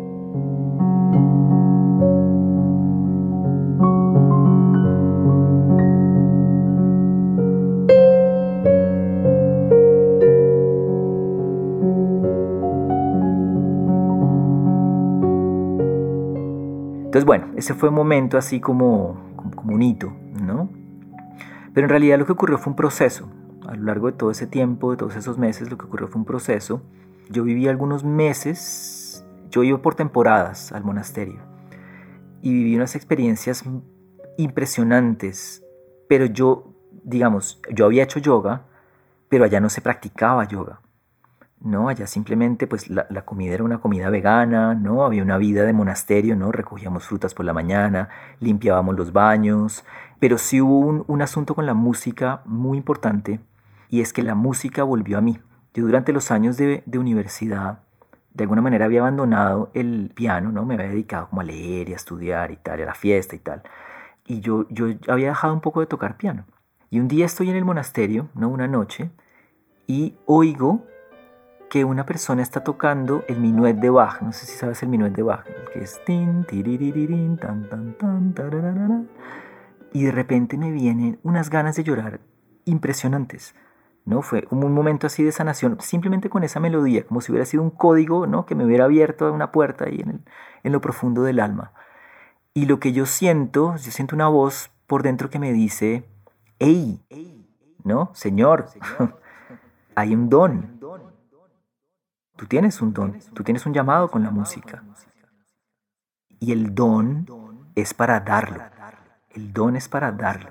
Entonces, bueno, ese fue un momento así como, como, como un hito, ¿no? Pero en realidad lo que ocurrió fue un proceso. A lo largo de todo ese tiempo, de todos esos meses, lo que ocurrió fue un proceso. Yo viví algunos meses, yo iba por temporadas al monasterio y viví unas experiencias impresionantes. Pero yo, digamos, yo había hecho yoga, pero allá no se practicaba yoga. No, allá simplemente pues la, la comida era una comida vegana, ¿no? Había una vida de monasterio, ¿no? Recogíamos frutas por la mañana, limpiábamos los baños, pero sí hubo un, un asunto con la música muy importante, y es que la música volvió a mí. Yo durante los años de, de universidad, de alguna manera había abandonado el piano, ¿no? Me había dedicado como a leer y a estudiar y tal, a la fiesta y tal, y yo, yo había dejado un poco de tocar piano. Y un día estoy en el monasterio, ¿no? Una noche, y oigo que una persona está tocando el minuet de Bach. No sé si sabes el minuet de Bach, el que es tin, tiriririn, tan, tan, tan, tararara. Y de repente me vienen unas ganas de llorar impresionantes, ¿no? Fue como un momento así de sanación, simplemente con esa melodía, como si hubiera sido un código, ¿no? Que me hubiera abierto una puerta ahí en, el, en lo profundo del alma. Y lo que yo siento, yo siento una voz por dentro que me dice, ¡Ey! ¿No? Señor, hay un don. Tú tienes un don, tú tienes un llamado con la música. Y el don es para darlo. El don es para darlo.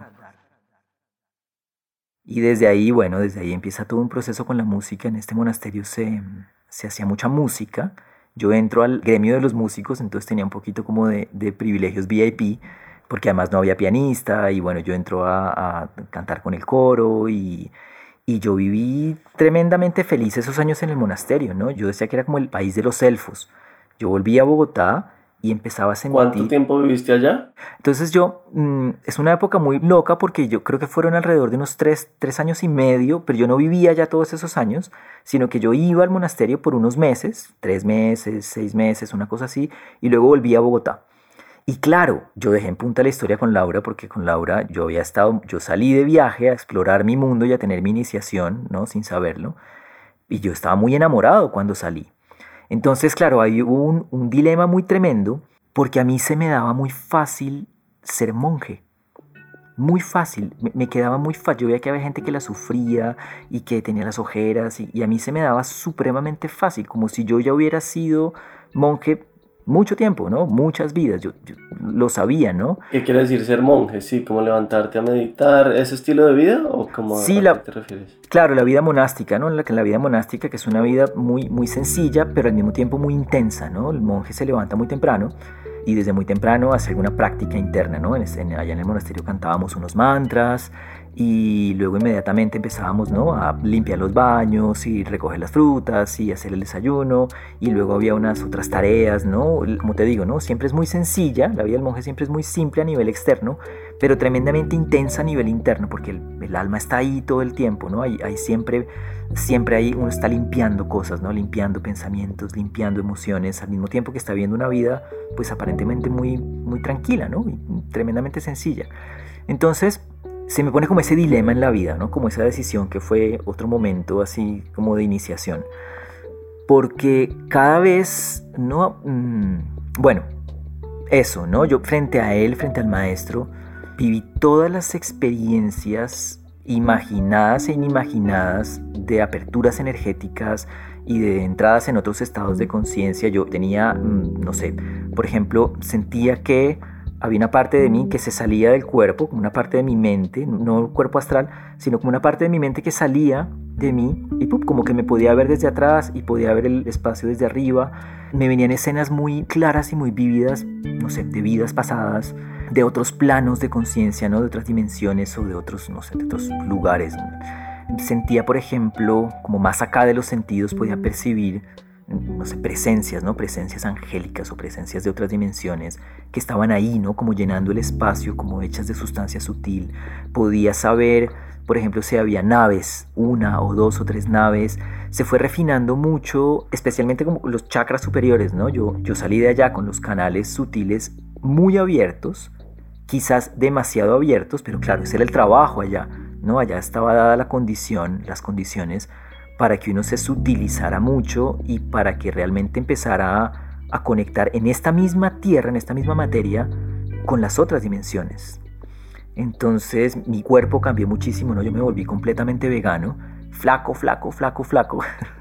Y desde ahí, bueno, desde ahí empieza todo un proceso con la música. En este monasterio se, se hacía mucha música. Yo entro al gremio de los músicos, entonces tenía un poquito como de, de privilegios V I P, porque además no había pianista, y bueno, yo entro a, a cantar con el coro, y... Y yo viví tremendamente feliz esos años en el monasterio, ¿no? Yo decía que era como el país de los elfos. Yo volví a Bogotá y empezaba a sentir... ¿Cuánto tiempo viviste allá? Entonces yo, mmm, es una época muy loca porque yo creo que fueron alrededor de unos tres, tres años y medio, pero yo no vivía ya todos esos años, sino que yo iba al monasterio por unos meses, tres meses, seis meses, una cosa así, y luego volví a Bogotá. Y claro, yo dejé en punta la historia con Laura, porque con Laura yo había estado, yo salí de viaje a explorar mi mundo y a tener mi iniciación, ¿no? Sin saberlo. Y yo estaba muy enamorado cuando salí. Entonces, claro, ahí hubo un, un dilema muy tremendo, porque a mí se me daba muy fácil ser monje. Muy fácil, me, me quedaba muy fácil. Yo veía que había gente que la sufría y que tenía las ojeras, y, y a mí se me daba supremamente fácil, como si yo ya hubiera sido monje mucho tiempo, ¿no? Muchas vidas, yo, yo lo sabía, ¿no? ¿Qué quiere decir ser monje? Sí, como levantarte a meditar, ¿ese estilo de vida o cómo sí, a la, qué te refieres? Claro, la vida monástica, ¿no? La, la vida monástica, que es una vida muy, muy sencilla, pero al mismo tiempo muy intensa, ¿no? El monje se levanta muy temprano y desde muy temprano hace alguna práctica interna, ¿no? En, en, allá en el monasterio cantábamos unos mantras y luego inmediatamente empezábamos, ¿no? A limpiar los baños y recoger las frutas y hacer el desayuno, y luego había unas otras tareas, ¿no? Como te digo, ¿no? Siempre es muy sencilla, la vida del monje siempre es muy simple a nivel externo, pero tremendamente intensa a nivel interno, porque el, el alma está ahí todo el tiempo, ¿no? Hay, hay siempre, siempre ahí uno está limpiando cosas, ¿no? Limpiando pensamientos, limpiando emociones, al mismo tiempo que está viviendo una vida, pues aparentemente muy, muy tranquila, ¿no? Y tremendamente sencilla. Entonces, se me pone como ese dilema en la vida, ¿no? Como esa decisión que fue otro momento así como de iniciación. Porque cada vez, ¿no? Mmm, bueno, eso, ¿no? Yo frente a él, frente al maestro, viví todas las experiencias imaginadas e inimaginadas de aperturas energéticas y de entradas en otros estados de conciencia. Yo tenía, no sé, por ejemplo, sentía que había una parte de mí que se salía del cuerpo, como una parte de mi mente, no el cuerpo astral, sino como una parte de mi mente que salía de mí y ¡pum!, como que me podía ver desde atrás y podía ver el espacio desde arriba. Me venían escenas muy claras y muy vívidas, no sé, de vidas pasadas, de otros planos de conciencia, ¿no? De otras dimensiones o de otros, no sé, de otros lugares. Sentía, por ejemplo, como más acá de los sentidos podía percibir, no sé, presencias, ¿no? Presencias angélicas o presencias de otras dimensiones que estaban ahí, ¿no? Como llenando el espacio, como hechas de sustancia sutil. Podía saber, por ejemplo, si había naves, una o dos o tres naves. Se fue refinando mucho, especialmente como los chakras superiores, ¿no? Yo, yo salí de allá con los canales sutiles muy abiertos, quizás demasiado abiertos, pero claro, ese era el trabajo allá, ¿no? Allá estaba dada la condición, las condiciones para que uno se sutilizara mucho y para que realmente empezara a, a conectar en esta misma tierra, en esta misma materia, con las otras dimensiones. Entonces mi cuerpo cambió muchísimo, ¿no? Yo me volví completamente vegano, flaco, flaco, flaco, flaco,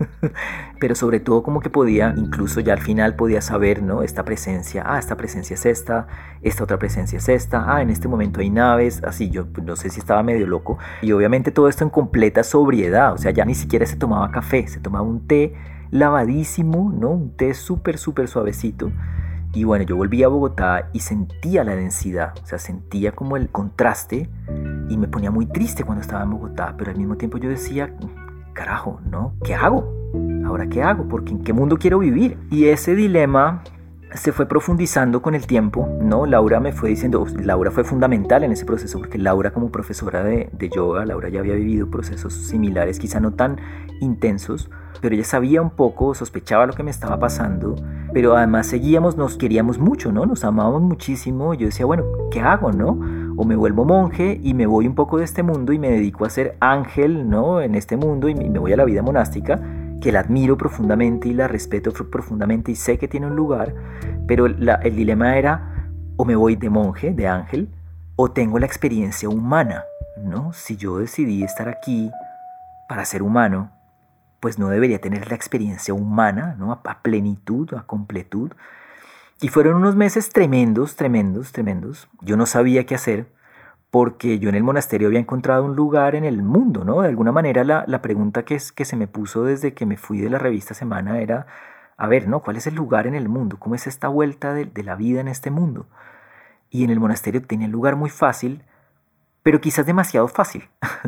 pero sobre todo como que podía, incluso ya al final podía saber, ¿no? Esta presencia, ah, esta presencia es esta, esta otra presencia es esta, ah, en este momento hay naves, así, yo no sé si estaba medio loco, y obviamente todo esto en completa sobriedad, o sea, ya ni siquiera se tomaba café, se tomaba un té lavadísimo, ¿no? Un té súper, súper suavecito. Y bueno, yo volví a Bogotá y sentía la densidad, o sea, sentía como el contraste y me ponía muy triste cuando estaba en Bogotá, pero al mismo tiempo yo decía, carajo, ¿no? ¿Qué hago? ¿Ahora qué hago? Porque ¿en qué mundo quiero vivir? Y ese dilema se fue profundizando con el tiempo, ¿no? Laura me fue diciendo, Laura fue fundamental en ese proceso, porque Laura como profesora de, de yoga, Laura ya había vivido procesos similares, quizá no tan intensos, pero ella sabía un poco, sospechaba lo que me estaba pasando, pero además seguíamos, nos queríamos mucho, ¿no? Nos amábamos muchísimo. Yo decía, bueno, ¿qué hago, no? O me vuelvo monje y me voy un poco de este mundo y me dedico a ser ángel, ¿no? En este mundo y me voy a la vida monástica, que la admiro profundamente y la respeto profundamente y sé que tiene un lugar, pero la, el dilema era, o me voy de monje, de ángel, o tengo la experiencia humana, ¿no? Si yo decidí estar aquí para ser humano, pues no debería tener la experiencia humana, ¿no? A, a plenitud, a completud. Y fueron unos meses tremendos, tremendos, tremendos. Yo no sabía qué hacer porque yo en el monasterio había encontrado un lugar en el mundo, ¿no? De alguna manera la, la pregunta que, es, que se me puso desde que me fui de la revista Semana era, a ver, ¿no? ¿Cuál es el lugar en el mundo? ¿Cómo es esta vuelta de, de la vida en este mundo? Y en el monasterio tenía el lugar muy fácil, pero quizás demasiado fácil.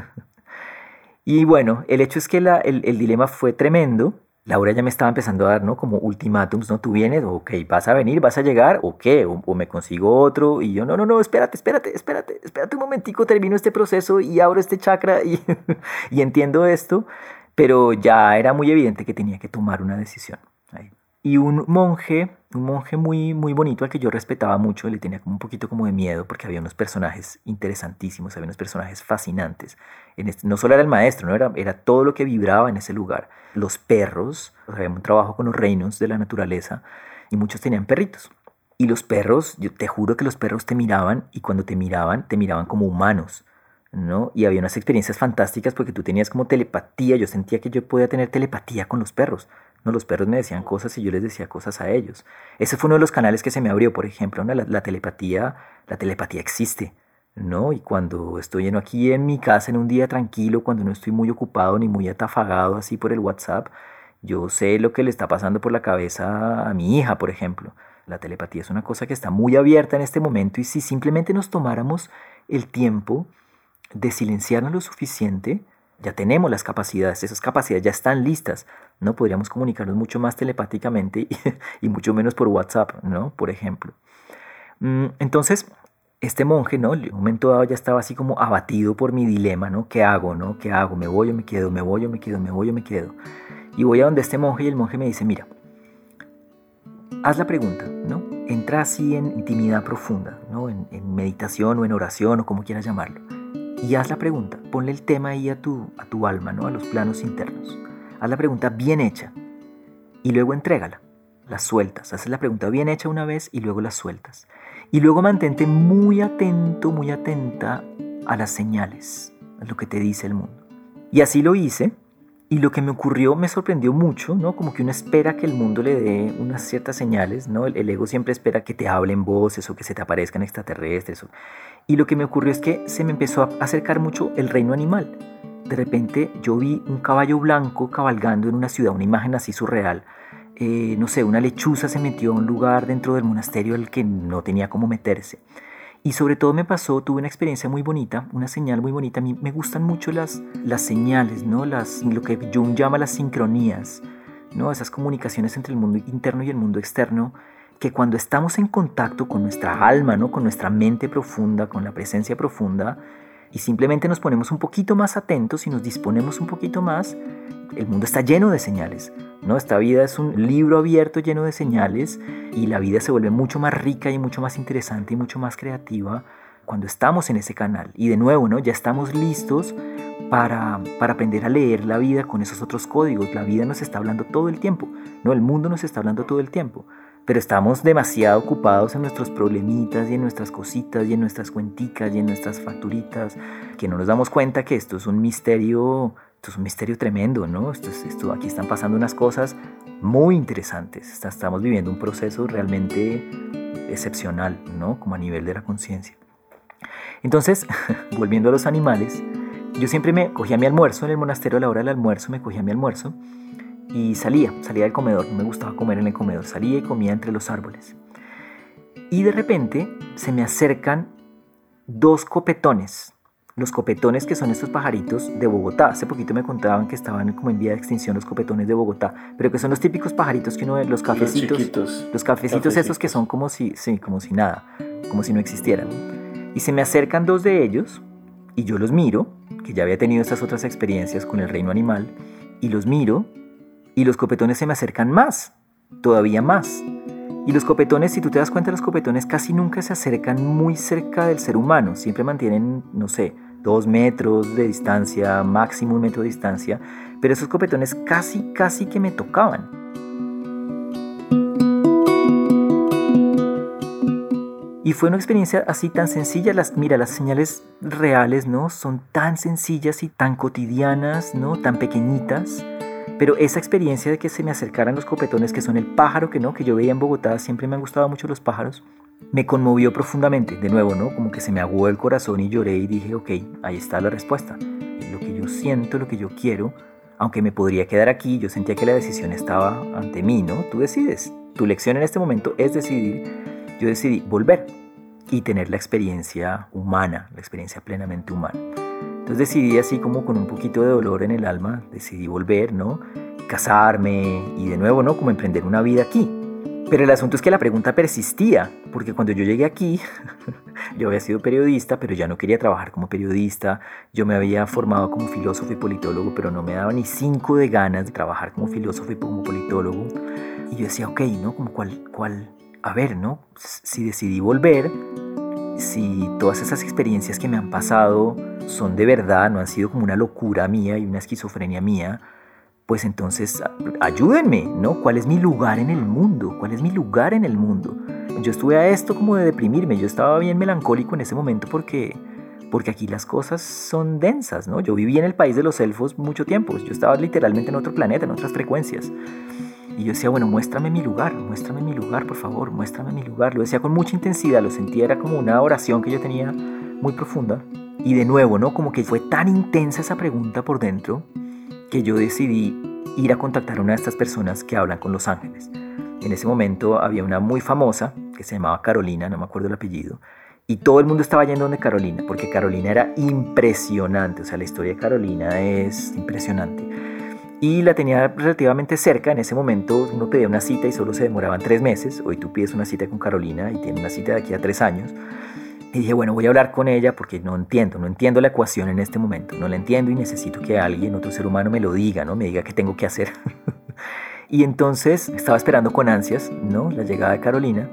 Y bueno, el hecho es que la, el, el dilema fue tremendo. Laura ya me estaba empezando a dar, ¿no? Como ultimátums, ¿no? Tú vienes, ok, vas a venir, vas a llegar, o qué, o, o me consigo otro. Y yo, no, no, no, espérate, espérate, espérate, espérate un momentico, termino este proceso y abro este chakra y, y entiendo esto. Pero ya era muy evidente que tenía que tomar una decisión. Ahí. Y un monje, un monje muy, muy bonito al que yo respetaba mucho, le tenía como un poquito como de miedo porque había unos personajes interesantísimos, había unos personajes fascinantes. En este, no solo era el maestro, ¿no? era, era todo lo que vibraba en ese lugar. Los perros, o sea, había un trabajo con los reinos de la naturaleza y muchos tenían perritos. Y los perros, yo te juro que los perros te miraban y cuando te miraban, te miraban como humanos, ¿no? Y había unas experiencias fantásticas porque tú tenías como telepatía. Yo sentía que yo podía tener telepatía con los perros, ¿no? Los perros me decían cosas y yo les decía cosas a ellos. Ese fue uno de los canales que se me abrió, por ejemplo, ¿no? la, la telepatía, la telepatía existe, ¿no? Y cuando estoy aquí en mi casa en un día tranquilo, cuando no estoy muy ocupado ni muy atafagado así por el WhatsApp, yo sé lo que le está pasando por la cabeza a mi hija, por ejemplo. La telepatía es una cosa que está muy abierta en este momento y si simplemente nos tomáramos el tiempo de silenciarnos lo suficiente, ya tenemos las capacidades, esas capacidades ya están listas, ¿no? Podríamos comunicarnos mucho más telepáticamente y, y mucho menos por WhatsApp, ¿no? Por ejemplo. Entonces, este monje, ¿no? En un momento dado ya estaba así como abatido por mi dilema, ¿no? ¿Qué hago, no? ¿Qué hago? ¿Me voy o me quedo? ¿Me voy o me quedo? ¿Me voy o me quedo? Y voy a donde este monje y el monje me dice, mira, haz la pregunta, ¿no? Entra así en intimidad profunda, ¿no? En, en meditación o en oración o como quieras llamarlo. Y haz la pregunta, ponle el tema ahí a tu, a tu alma, ¿no? A los planos internos. Haz la pregunta bien hecha y luego entrégala. las sueltas. Haces la pregunta bien hecha una vez y luego las sueltas. Y luego mantente muy atento, muy atenta a las señales, a lo que te dice el mundo. Y así lo hice. Y lo que me ocurrió me sorprendió mucho, ¿no? Como que uno espera que el mundo le dé unas ciertas señales, ¿no? El, el ego siempre espera que te hablen voces o que se te aparezcan extraterrestres. O... Y lo que me ocurrió es que se me empezó a acercar mucho el reino animal. De repente yo vi un caballo blanco cabalgando en una ciudad, una imagen así surreal. Eh, no sé, una lechuza se metió a un lugar dentro del monasterio al que no tenía cómo meterse. Y sobre todo me pasó, tuve una experiencia muy bonita, una señal muy bonita. A mí me gustan mucho las, las señales, ¿no? Las, lo que Jung llama las sincronías, ¿no? Esas comunicaciones entre el mundo interno y el mundo externo, que cuando estamos en contacto con nuestra alma, ¿no? Con nuestra mente profunda, con la presencia profunda, y simplemente nos ponemos un poquito más atentos y nos disponemos un poquito más, el mundo está lleno de señales, ¿no? Esta vida es un libro abierto lleno de señales y la vida se vuelve mucho más rica y mucho más interesante y mucho más creativa cuando estamos en ese canal. Y de nuevo, ¿no? Ya estamos listos para, para aprender a leer la vida con esos otros códigos. La vida nos está hablando todo el tiempo, ¿no? El mundo nos está hablando todo el tiempo. Pero estamos demasiado ocupados en nuestros problemitas y en nuestras cositas y en nuestras cuenticas y en nuestras facturitas, que no nos damos cuenta que esto es un misterio, esto es un misterio tremendo, ¿no? Esto es, esto, aquí están pasando unas cosas muy interesantes. Estamos viviendo un proceso realmente excepcional, ¿no? Como a nivel de la conciencia. Entonces, volviendo a los animales, yo siempre me cogía mi almuerzo en el monasterio. A la hora del almuerzo me cogía mi almuerzo y salía, salía del comedor. No me gustaba comer en el comedor, salía y comía entre los árboles. Y de repente se me acercan dos copetones. Los copetones, que son estos pajaritos de Bogotá. Hace poquito me contaban que estaban como en vía de extinción los copetones de Bogotá, pero que son los típicos pajaritos que uno ve, los cafecitos, los, chiquitos, los cafecitos, cafecitos estos que son como si, sí, como si nada, como si no existieran. Y se me acercan dos de ellos y yo los miro, que ya había tenido estas otras experiencias con el reino animal, y los miro y los copetones se me acercan más, todavía más. Y los copetones, si tú te das cuenta, los copetones casi nunca se acercan muy cerca del ser humano, siempre mantienen, no sé, dos metros de distancia, máximo un metro de distancia, pero esos copetones casi, casi que me tocaban. Y fue una experiencia así tan sencilla. Las, mira, las señales reales, ¿no? Son tan sencillas y tan cotidianas, ¿no? Tan pequeñitas. Pero esa experiencia de que se me acercaran los copetones, que son el pájaro que, ¿no? que yo veía en Bogotá, siempre me han gustado mucho los pájaros, me conmovió profundamente. De nuevo, ¿no? Como que se me aguó el corazón y lloré y dije, ok, ahí está la respuesta. Lo que yo siento, lo que yo quiero, aunque me podría quedar aquí, yo sentía que la decisión estaba ante mí, ¿no? Tú decides. Tu lección en este momento es decidir. Yo decidí volver y tener la experiencia humana, la experiencia plenamente humana. Entonces decidí, así como con un poquito de dolor en el alma, decidí volver, ¿no? Casarme y de nuevo, ¿no? Como emprender una vida aquí. Pero el asunto es que la pregunta persistía, porque cuando yo llegué aquí, yo había sido periodista, pero ya no quería trabajar como periodista. Yo me había formado como filósofo y politólogo, pero no me daba ni cinco de ganas de trabajar como filósofo y como politólogo. Y yo decía, ok, ¿no? Como cuál, cuál, a ver, ¿no? Si decidí volver, si todas esas experiencias que me han pasado son de verdad, no han sido como una locura mía y una esquizofrenia mía, pues entonces ayúdenme, ¿no? ¿Cuál es mi lugar en el mundo? ¿Cuál es mi lugar en el mundo? Yo estuve a esto como de deprimirme, yo estaba bien melancólico en ese momento porque, porque aquí las cosas son densas, ¿no? Yo viví en el país de los elfos mucho tiempo, yo estaba literalmente en otro planeta, en otras frecuencias. Y yo decía, bueno, muéstrame mi lugar, muéstrame mi lugar, por favor, muéstrame mi lugar. Lo decía con mucha intensidad, lo sentía, era como una oración que yo tenía muy profunda. Y de nuevo, ¿no? Como que fue tan intensa esa pregunta por dentro que yo decidí ir a contactar a una de estas personas que hablan con los ángeles. En ese momento había una muy famosa que se llamaba Carolina, no me acuerdo el apellido, y todo el mundo estaba yendo donde Carolina, porque Carolina era impresionante, o sea, la historia de Carolina es impresionante. Y la tenía relativamente cerca. En ese momento uno pedía una cita y solo se demoraban tres meses. Hoy tú pides una cita con Carolina y tiene una cita de aquí a tres años. Y dije, bueno, voy a hablar con ella porque no entiendo, no entiendo la ecuación en este momento. No la entiendo y necesito que alguien, otro ser humano, me lo diga, ¿no? Me diga qué tengo que hacer. Y entonces estaba esperando con ansias, ¿no? La llegada de Carolina.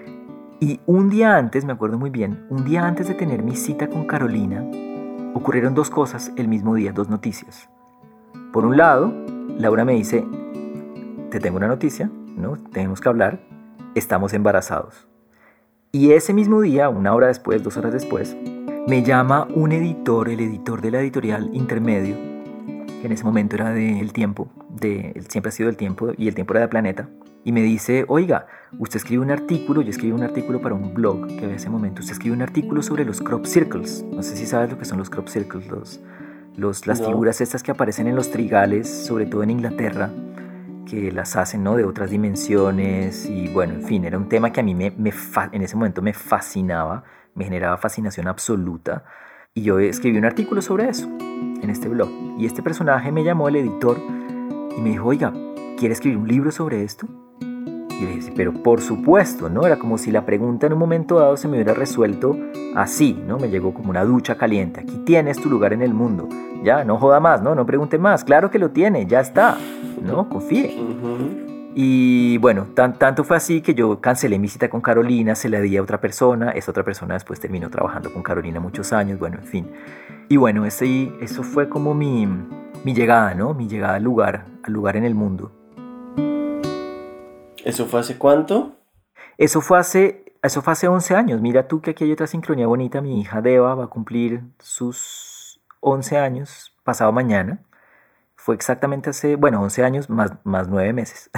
Y un día antes, me acuerdo muy bien, un día antes de tener mi cita con Carolina, ocurrieron dos cosas el mismo día, dos noticias. Por un lado, Laura me dice, te tengo una noticia, ¿no? Tenemos que hablar, estamos embarazados. Y ese mismo día, una hora después, dos horas después, me llama un editor, el editor de la editorial Intermedio, que en ese momento era de El Tiempo, de, siempre ha sido El Tiempo, y El Tiempo era de Planeta, y me dice, oiga, usted escribe un artículo, yo escribí un artículo para un blog que había en ese momento, usted escribe un artículo sobre los crop circles, no sé si sabes lo que son los crop circles, los, los, las no. figuras estas que aparecen en los trigales, sobre todo en Inglaterra, que las hacen, ¿no?, de otras dimensiones, y bueno, en fin, era un tema que a mí me, me fa- en ese momento me fascinaba, me generaba fascinación absoluta, y yo escribí un artículo sobre eso en este blog, y este personaje me llamó, el editor, y me dijo, oiga, ¿quiere escribir un libro sobre esto? Y le dije, pero por supuesto, ¿no? Era como si la pregunta en un momento dado se me hubiera resuelto así, ¿no? Me llegó como una ducha caliente, aquí tienes tu lugar en el mundo, ya, no joda más, ¿no? No pregunte más, claro que lo tiene, ya está, ¿no? Confíe. Uh-huh. Y bueno, tan, tanto fue así que yo cancelé mi cita con Carolina, se la di a otra persona, esa otra persona después terminó trabajando con Carolina muchos años, bueno, en fin. Y bueno, ese, eso fue como mi, mi llegada, ¿no? Mi llegada al lugar, al lugar en el mundo. ¿Eso fue hace cuánto? Eso fue hace, eso fue hace once años. Mira tú que aquí hay otra sincronía bonita. Mi hija Deva va a cumplir sus once años pasado mañana. Fue exactamente hace, bueno, once años más, más nueve meses.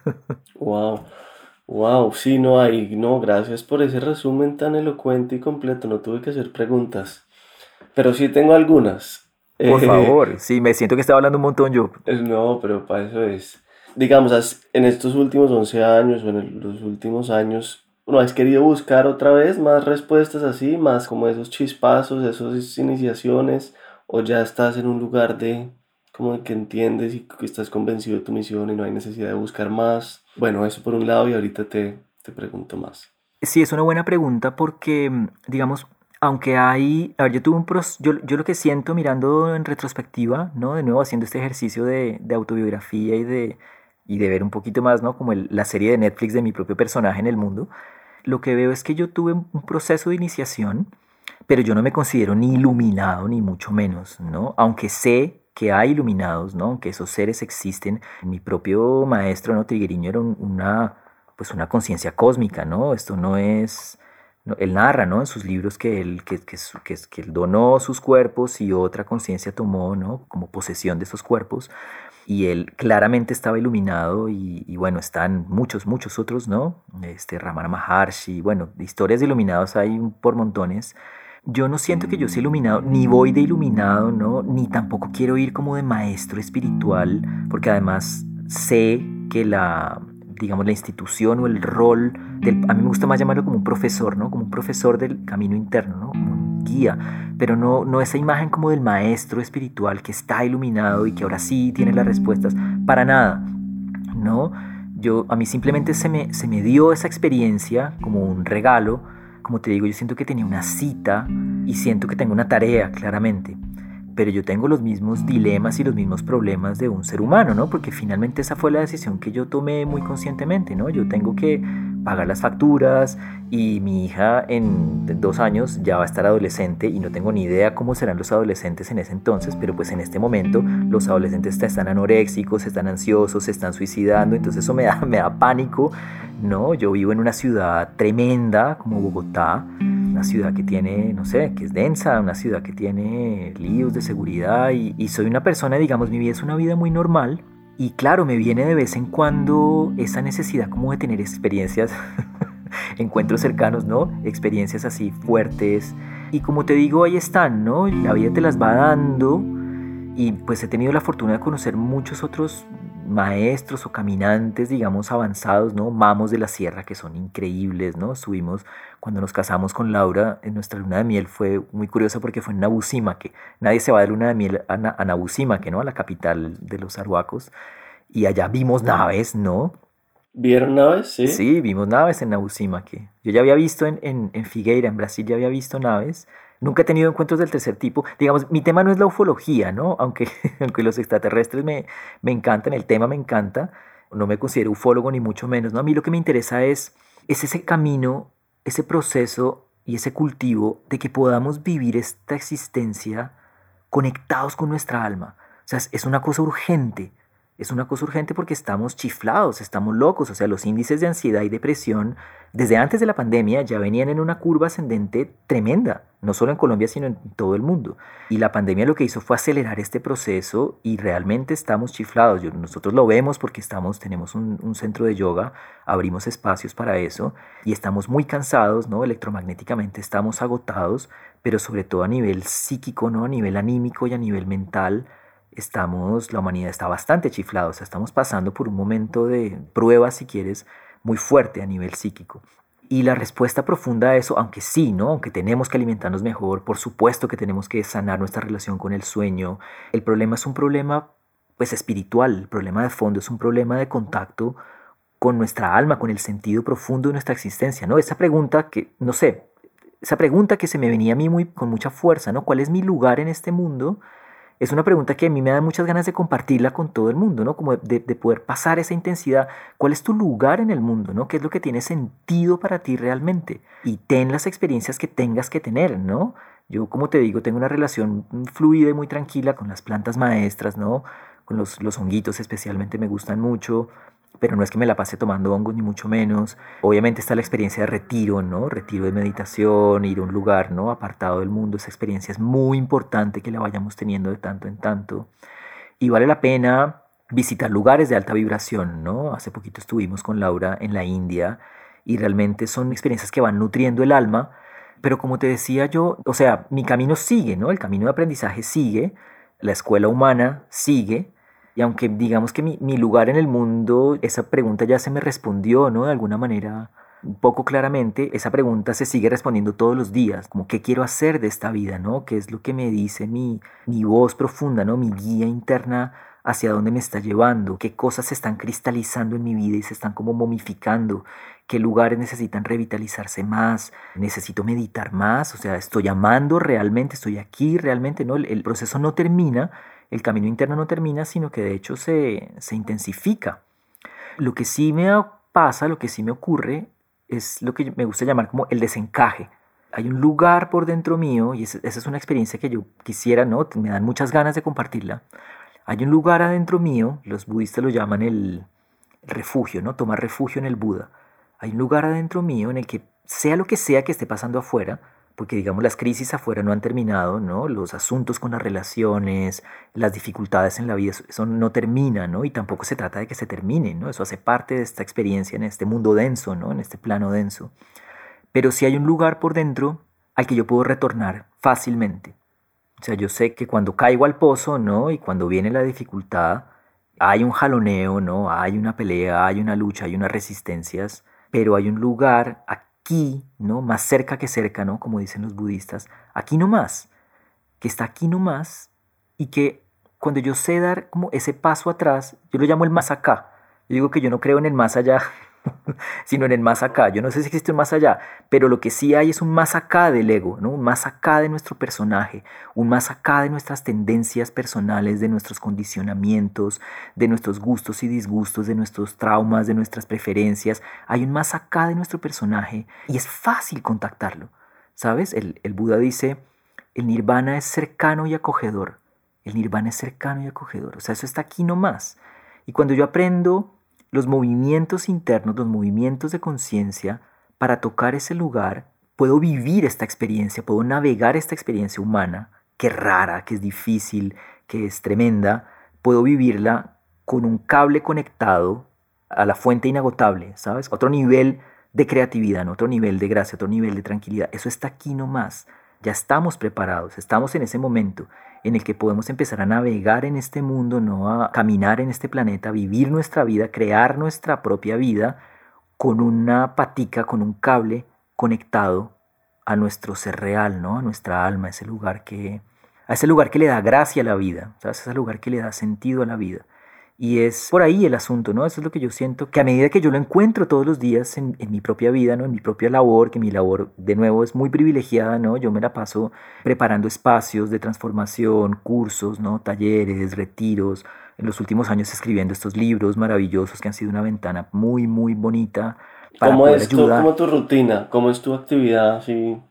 Wow, wow, sí, no hay, no, gracias por ese resumen tan elocuente y completo. No tuve que hacer preguntas, pero sí tengo algunas. Por eh, favor, sí, me siento que estaba hablando un montón yo. No, pero para eso es. Digamos, en estos últimos once años o en el, los últimos años, ¿no has querido buscar otra vez más respuestas así, más como esos chispazos, esas iniciaciones, o ya estás en un lugar de como que entiendes y que estás convencido de tu misión y no hay necesidad de buscar más? Bueno, eso por un lado, y ahorita te, te pregunto más. Sí, es una buena pregunta porque, digamos, aunque hay, a ver, yo tuve un proceso, yo, yo lo que siento mirando en retrospectiva, ¿no? De nuevo haciendo este ejercicio de, de autobiografía y de, y de ver un poquito más, ¿no? Como el, la serie de Netflix de mi propio personaje en el mundo, lo que veo es que yo tuve un proceso de iniciación, pero yo no me considero ni iluminado, ni mucho menos, ¿no? Aunque sé que hay iluminados, ¿no? Que esos seres existen. Mi propio maestro, ¿no? Triguerio era un, una, pues una conciencia cósmica, ¿no? Esto no es... No, él narra, ¿no? En sus libros que él, que, que, que, que él donó sus cuerpos y otra conciencia tomó, ¿no? Como posesión de esos cuerpos. Y él claramente estaba iluminado y, y bueno, están muchos, muchos otros, ¿no? Este, Ramana Maharshi, bueno, historias de iluminados hay por montones. Yo no siento que yo sea iluminado, ni voy de iluminado, ¿no? Ni tampoco quiero ir como de maestro espiritual, porque además sé que la, digamos, la institución o el rol del, a mí me gusta más llamarlo como un profesor, ¿no? Como un profesor del camino interno, ¿no? Como un guía, pero no, no esa imagen como del maestro espiritual que está iluminado y que ahora sí tiene las respuestas, para nada, ¿no? Yo, a mí simplemente se me, se me dio esa experiencia como un regalo. Como te digo, yo siento que tenía una cita y siento que tengo una tarea, claramente. Pero yo tengo los mismos dilemas y los mismos problemas de un ser humano, ¿no? Porque finalmente esa fue la decisión que yo tomé muy conscientemente, ¿no? Yo tengo que pagar las facturas y mi hija en dos años ya va a estar adolescente y no tengo ni idea cómo serán los adolescentes en ese entonces, pero pues en este momento los adolescentes están anoréxicos, están ansiosos, se están suicidando, entonces eso me da, me da pánico, ¿no? Yo vivo en una ciudad tremenda como Bogotá, una ciudad que tiene, no sé, que es densa, una ciudad que tiene líos de seguridad y, y soy una persona, digamos, mi vida es una vida muy normal y claro, me viene de vez en cuando esa necesidad como de tener experiencias, encuentros cercanos, ¿no? Experiencias así fuertes y como te digo, ahí están, ¿no? La vida te las va dando y pues he tenido la fortuna de conocer muchos otros maestros o caminantes, digamos, avanzados, ¿no? Mamos de la sierra que son increíbles, ¿no? Subimos, cuando nos casamos con Laura, en nuestra luna de miel fue muy curiosa porque fue en Nabucimaque. Nadie se va de luna de miel a, Na- a Nabucimaque, ¿no? A la capital de los arhuacos. Y allá vimos naves, ¿no? ¿Vieron naves? Sí. Sí, vimos naves en Nabucimaque. Yo ya había visto en, en, en Figueira, en Brasil, ya había visto naves. Nunca he tenido encuentros del tercer tipo. Digamos, mi tema no es la ufología, ¿no? Aunque, aunque los extraterrestres me, me encantan, el tema me encanta. No me considero ufólogo ni mucho menos, ¿no? A mí lo que me interesa es, es ese camino, ese proceso y ese cultivo de que podamos vivir esta existencia conectados con nuestra alma. O sea, es, es una cosa urgente, Es una cosa urgente porque estamos chiflados, estamos locos. O sea, los índices de ansiedad y depresión desde antes de la pandemia ya venían en una curva ascendente tremenda, no solo en Colombia, sino en todo el mundo. Y la pandemia lo que hizo fue acelerar este proceso y realmente estamos chiflados. Yo, nosotros lo vemos porque estamos, tenemos un, un centro de yoga, abrimos espacios para eso y estamos muy cansados, ¿no? Electromagnéticamente estamos agotados, pero sobre todo a nivel psíquico, ¿no? A nivel anímico y a nivel mental. Estamos, la humanidad está bastante chiflada, o sea, estamos pasando por un momento de prueba, si quieres, muy fuerte a nivel psíquico. Y la respuesta profunda a eso, aunque sí, ¿no? Aunque tenemos que alimentarnos mejor, por supuesto que tenemos que sanar nuestra relación con el sueño. El problema es un problema, pues, espiritual. El problema de fondo es un problema de contacto con nuestra alma, con el sentido profundo de nuestra existencia, ¿no? Esa pregunta que, no sé, esa pregunta que se me venía a mí muy, con mucha fuerza, ¿no? ¿Cuál es mi lugar en este mundo? Es una pregunta que a mí me da muchas ganas de compartirla con todo el mundo, ¿no? Como de, de poder pasar esa intensidad. ¿Cuál es tu lugar en el mundo, ¿no? ¿Qué es lo que tiene sentido para ti realmente? Y ten las experiencias que tengas que tener, ¿no? Yo, como te digo, tengo una relación fluida y muy tranquila con las plantas maestras, ¿no? Con los, los honguitos especialmente me gustan mucho. Pero no es que me la pase tomando hongos ni mucho menos. Obviamente está la experiencia de retiro, ¿no? Retiro de meditación, ir a un lugar, ¿no? Apartado del mundo. Esa experiencia es muy importante que la vayamos teniendo de tanto en tanto. Y vale la pena visitar lugares de alta vibración, ¿no? Hace poquito estuvimos con Laura en la India y realmente son experiencias que van nutriendo el alma. Pero como te decía yo, o sea, mi camino sigue, ¿no? El camino de aprendizaje sigue, la escuela humana sigue. Y aunque digamos que mi, mi lugar en el mundo, esa pregunta ya se me respondió, ¿no? De alguna manera, un poco claramente, esa pregunta se sigue respondiendo todos los días, como qué quiero hacer de esta vida, ¿no? ¿Qué es lo que me dice mi, mi voz profunda, ¿no? Mi guía interna hacia dónde me está llevando, qué cosas se están cristalizando en mi vida y se están como momificando, qué lugares necesitan revitalizarse más, necesito meditar más, o sea, estoy amando realmente, estoy aquí realmente, ¿no? El, el proceso no termina. El camino interno no termina, sino que de hecho se, se intensifica. Lo que sí me pasa, lo que sí me ocurre, es lo que me gusta llamar como el desencaje. Hay un lugar por dentro mío, y esa, esa es una experiencia que yo quisiera, ¿no? Me dan muchas ganas de compartirla. Hay un lugar adentro mío, los budistas lo llaman el, el refugio, ¿no? Tomar refugio en el Buda. Hay un lugar adentro mío en el que, sea lo que sea que esté pasando afuera, porque digamos las crisis afuera no han terminado, ¿no? Los asuntos con las relaciones, las dificultades en la vida, eso no termina, ¿no? Y tampoco se trata de que se termine, ¿no? Eso hace parte de esta experiencia en este mundo denso, ¿no? En este plano denso. Pero sí hay un lugar por dentro al que yo puedo retornar fácilmente. O sea, yo sé que cuando caigo al pozo, ¿no? Y cuando viene la dificultad, hay un jaloneo, ¿no? Hay una pelea, hay una lucha, hay unas resistencias, pero hay un lugar aquí, ¿no? Más cerca que cerca, ¿no? Como dicen los budistas, aquí nomás, que está aquí nomás y que cuando yo sé dar como ese paso atrás, yo lo llamo el más acá. Yo digo que yo no creo en el más allá, sino en el más acá. Yo no sé si existe un más allá, pero lo que sí hay es un más acá del ego, ¿no? Un más acá de nuestro personaje, un más acá de nuestras tendencias personales, de nuestros condicionamientos, de nuestros gustos y disgustos, de nuestros traumas, de nuestras preferencias. Hay un más acá de nuestro personaje y es fácil contactarlo, ¿sabes? El, el Buda dice, el nirvana es cercano y acogedor. El nirvana es cercano y acogedor. O sea, eso está aquí nomás. Y cuando yo aprendo los movimientos internos, los movimientos de conciencia, para tocar ese lugar, puedo vivir esta experiencia, puedo navegar esta experiencia humana, que es rara, que es difícil, que es tremenda, puedo vivirla con un cable conectado a la fuente inagotable, ¿sabes? Otro nivel de creatividad, ¿no? Otro nivel de gracia, otro nivel de tranquilidad. Eso está aquí nomás. Ya estamos preparados, estamos en ese momento en el que podemos empezar a navegar en este mundo, ¿no? A caminar en este planeta, vivir nuestra vida, crear nuestra propia vida con una patica, con un cable conectado a nuestro ser real, ¿no? A nuestra alma, a ese lugar que, a ese lugar que le da gracia a la vida, ¿sabes? A ese lugar que le da sentido a la vida. Y es por ahí el asunto, ¿no? Eso es lo que yo siento, que a medida que yo lo encuentro todos los días en, en mi propia vida, ¿no? En mi propia labor, que mi labor, de nuevo, es muy privilegiada, ¿no? Yo me la paso preparando espacios de transformación, cursos, ¿no? Talleres, retiros, en los últimos años escribiendo estos libros maravillosos que han sido una ventana muy, muy bonita para ¿Cómo poder es tu, ayudar. ¿Cómo tu rutina? ¿Cómo es tu actividad así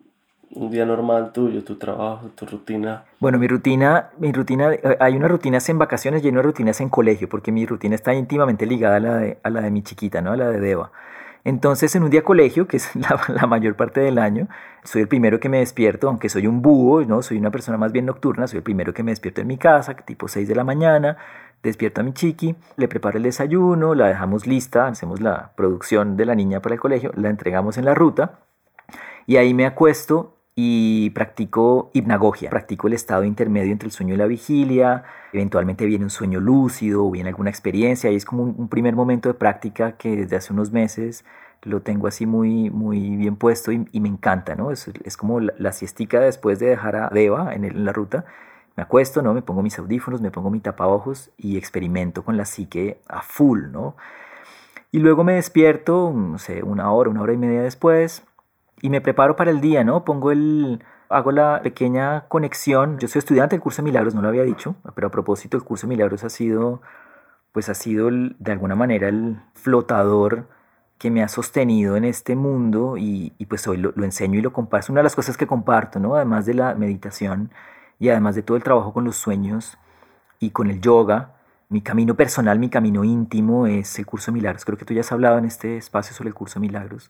un día normal tuyo, tu trabajo, tu rutina. Bueno, mi rutina, mi rutina, hay unas rutinas en vacaciones y hay unas rutinas en colegio, porque mi rutina está íntimamente ligada a la de, a la de mi chiquita, ¿no? A la de Deva. Entonces, en un día colegio, que es la, la mayor parte del año, soy el primero que me despierto, aunque soy un búho, ¿no? Soy una persona más bien nocturna, soy el primero que me despierto en mi casa, tipo seis de la mañana, despierto a mi chiqui, le preparo el desayuno, la dejamos lista, hacemos la producción de la niña para el colegio, la entregamos en la ruta y ahí me acuesto y practico hipnagogia, practico el estado intermedio entre el sueño y la vigilia, eventualmente viene un sueño lúcido o viene alguna experiencia, y es como un, un primer momento de práctica que desde hace unos meses lo tengo así muy, muy bien puesto y, y me encanta, ¿no? Es, es como la, la siestica después de dejar a Deva en, el, en la ruta, me acuesto, ¿no? Me pongo mis audífonos, me pongo mi tapaojos y experimento con la psique a full, ¿no? Y luego me despierto, no sé, una hora, una hora y media después, y me preparo para el día, ¿no? Pongo el... Hago la pequeña conexión. Yo soy estudiante del curso de Milagros, no lo había dicho, pero a propósito, el curso de Milagros ha sido, pues ha sido el, de alguna manera el flotador que me ha sostenido en este mundo y, y pues hoy lo, lo enseño y lo comparto. Es una de las cosas que comparto, ¿no? Además de la meditación y además de todo el trabajo con los sueños y con el yoga, mi camino personal, mi camino íntimo es el curso de Milagros. Creo que tú ya has hablado en este espacio sobre el curso de Milagros.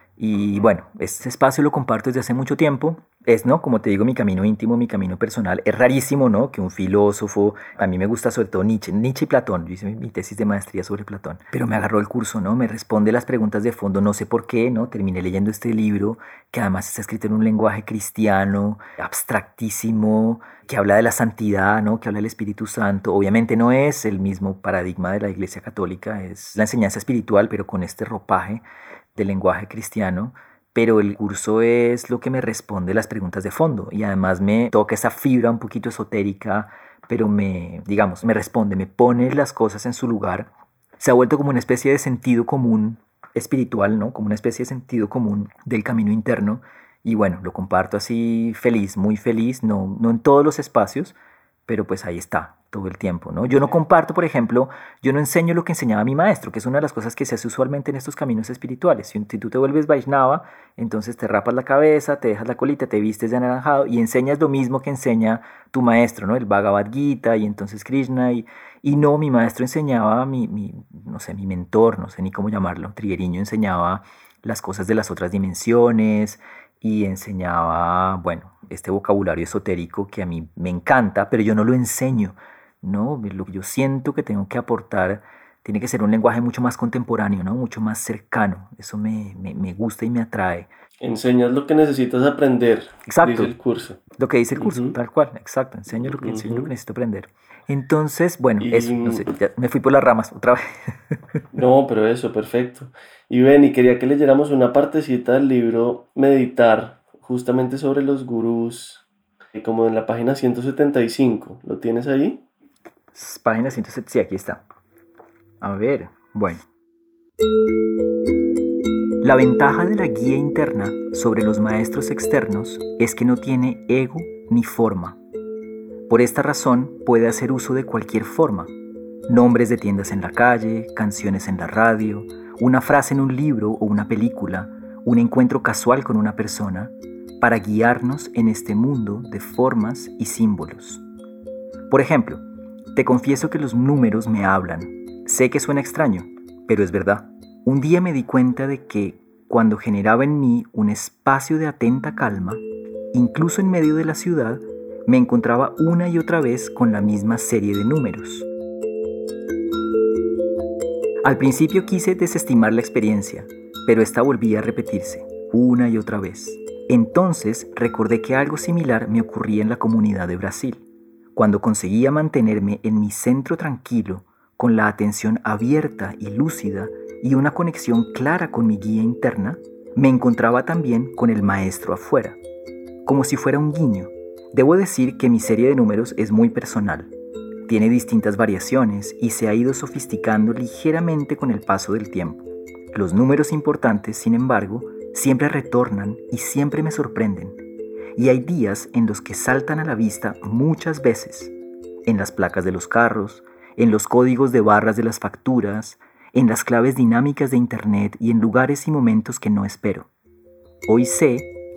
Y bueno, este espacio lo comparto desde hace mucho tiempo. Es, ¿no? Como te digo, mi camino íntimo, mi camino personal. Es rarísimo, ¿no? Que un filósofo, a mí me gusta sobre todo Nietzsche, Nietzsche y Platón. Yo hice mi tesis de maestría sobre Platón. Pero me agarró el curso, ¿no? Me responde las preguntas de fondo, no sé por qué, ¿no? Terminé leyendo este libro, que además está escrito en un lenguaje cristiano, abstractísimo, que habla de la santidad, ¿no? Que habla del Espíritu Santo. Obviamente no es el mismo paradigma de la Iglesia Católica, es la enseñanza espiritual, pero con este ropaje del lenguaje cristiano, pero el curso es lo que me responde las preguntas de fondo y además me toca esa fibra un poquito esotérica, pero me, digamos, me responde, me pone las cosas en su lugar. Se ha vuelto como una especie de sentido común espiritual, ¿no? Como una especie de sentido común del camino interno y bueno, lo comparto así feliz, muy feliz, no, no en todos los espacios, pero pues ahí está, todo el tiempo, ¿no? Yo no comparto, por ejemplo, yo no enseño lo que enseñaba mi maestro, que es una de las cosas que se hace usualmente en estos caminos espirituales. Si, si tú te vuelves Vaishnava, entonces te rapas la cabeza, te dejas la colita, te vistes de anaranjado y enseñas lo mismo que enseña tu maestro, ¿no? El Bhagavad Gita y entonces Krishna y, y no, mi maestro enseñaba, mi, mi, no sé, mi mentor, no sé ni cómo llamarlo, Trigueriño enseñaba las cosas de las otras dimensiones y enseñaba, bueno, este vocabulario esotérico que a mí me encanta, pero yo no lo enseño, ¿no? Lo que yo siento que tengo que aportar tiene que ser un lenguaje mucho más contemporáneo, ¿no? Mucho más cercano. Eso me, me, me gusta y me atrae. Enseñas lo que necesitas aprender. Exacto. Dice el curso. Lo que dice el curso, uh-huh. Tal cual, exacto. Enseño lo que, uh-huh. enseño lo que necesito aprender. Entonces, bueno, y... eso, no sé, ya me fui por las ramas otra vez. No, pero eso, perfecto. Y ven, y quería que leyéramos una partecita del libro Meditar, justamente sobre los gurús, como en la página ciento setenta y cinco. ¿Lo tienes ahí? Página ciento setenta y cinco, sí, aquí está. A ver, bueno. La ventaja de la guía interna sobre los maestros externos es que no tiene ego ni forma. Por esta razón puede hacer uso de cualquier forma. Nombres de tiendas en la calle, canciones en la radio, una frase en un libro o una película, un encuentro casual con una persona, para guiarnos en este mundo de formas y símbolos. Por ejemplo, te confieso que los números me hablan. Sé que suena extraño, pero es verdad. Un día me di cuenta de que, cuando generaba en mí un espacio de atenta calma, incluso en medio de la ciudad, me encontraba una y otra vez con la misma serie de números. Al principio quise desestimar la experiencia, pero esta volvía a repetirse, una y otra vez. Entonces recordé que algo similar me ocurría en la comunidad de Brasil. Cuando conseguía mantenerme en mi centro tranquilo, con la atención abierta y lúcida y una conexión clara con mi guía interna, me encontraba también con el maestro afuera, como si fuera un guiño. Debo decir que mi serie de números es muy personal. Tiene distintas variaciones y se ha ido sofisticando ligeramente con el paso del tiempo. Los números importantes, sin embargo, siempre retornan y siempre me sorprenden. Y hay días en los que saltan a la vista muchas veces, en las placas de los carros, en los códigos de barras de las facturas, en las claves dinámicas de internet y en lugares y momentos que no espero. Hoy sé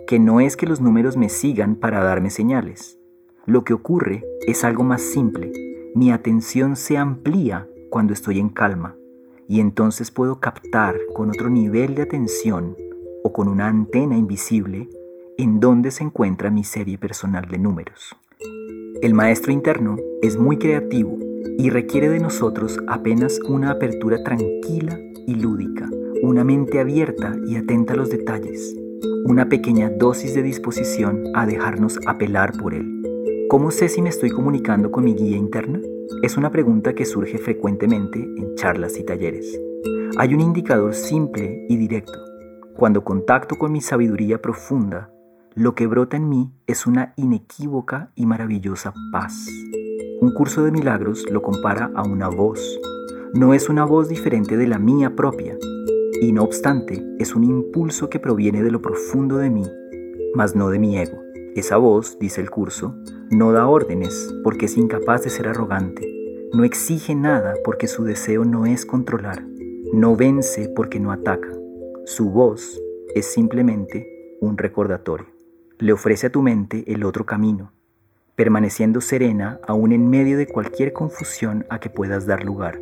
que no es que los números me sigan para darme señales. Lo que ocurre es algo más simple. Mi atención se amplía cuando estoy en calma y entonces puedo captar con otro nivel de atención o con una antena invisible en dónde se encuentra mi serie personal de números. El maestro interno es muy creativo y requiere de nosotros apenas una apertura tranquila y lúdica, una mente abierta y atenta a los detalles, una pequeña dosis de disposición a dejarnos apelar por él. ¿Cómo sé si me estoy comunicando con mi guía interna? Es una pregunta que surge frecuentemente en charlas y talleres. Hay un indicador simple y directo. Cuando contacto con mi sabiduría profunda, lo que brota en mí es una inequívoca y maravillosa paz. Un curso de milagros lo compara a una voz. No es una voz diferente de la mía propia, y no obstante, es un impulso que proviene de lo profundo de mí, mas no de mi ego. Esa voz, dice el curso, no da órdenes porque es incapaz de ser arrogante, no exige nada porque su deseo no es controlar, no vence porque no ataca. Su voz es simplemente un recordatorio. Le ofrece a tu mente el otro camino, permaneciendo serena aún en medio de cualquier confusión a que puedas dar lugar.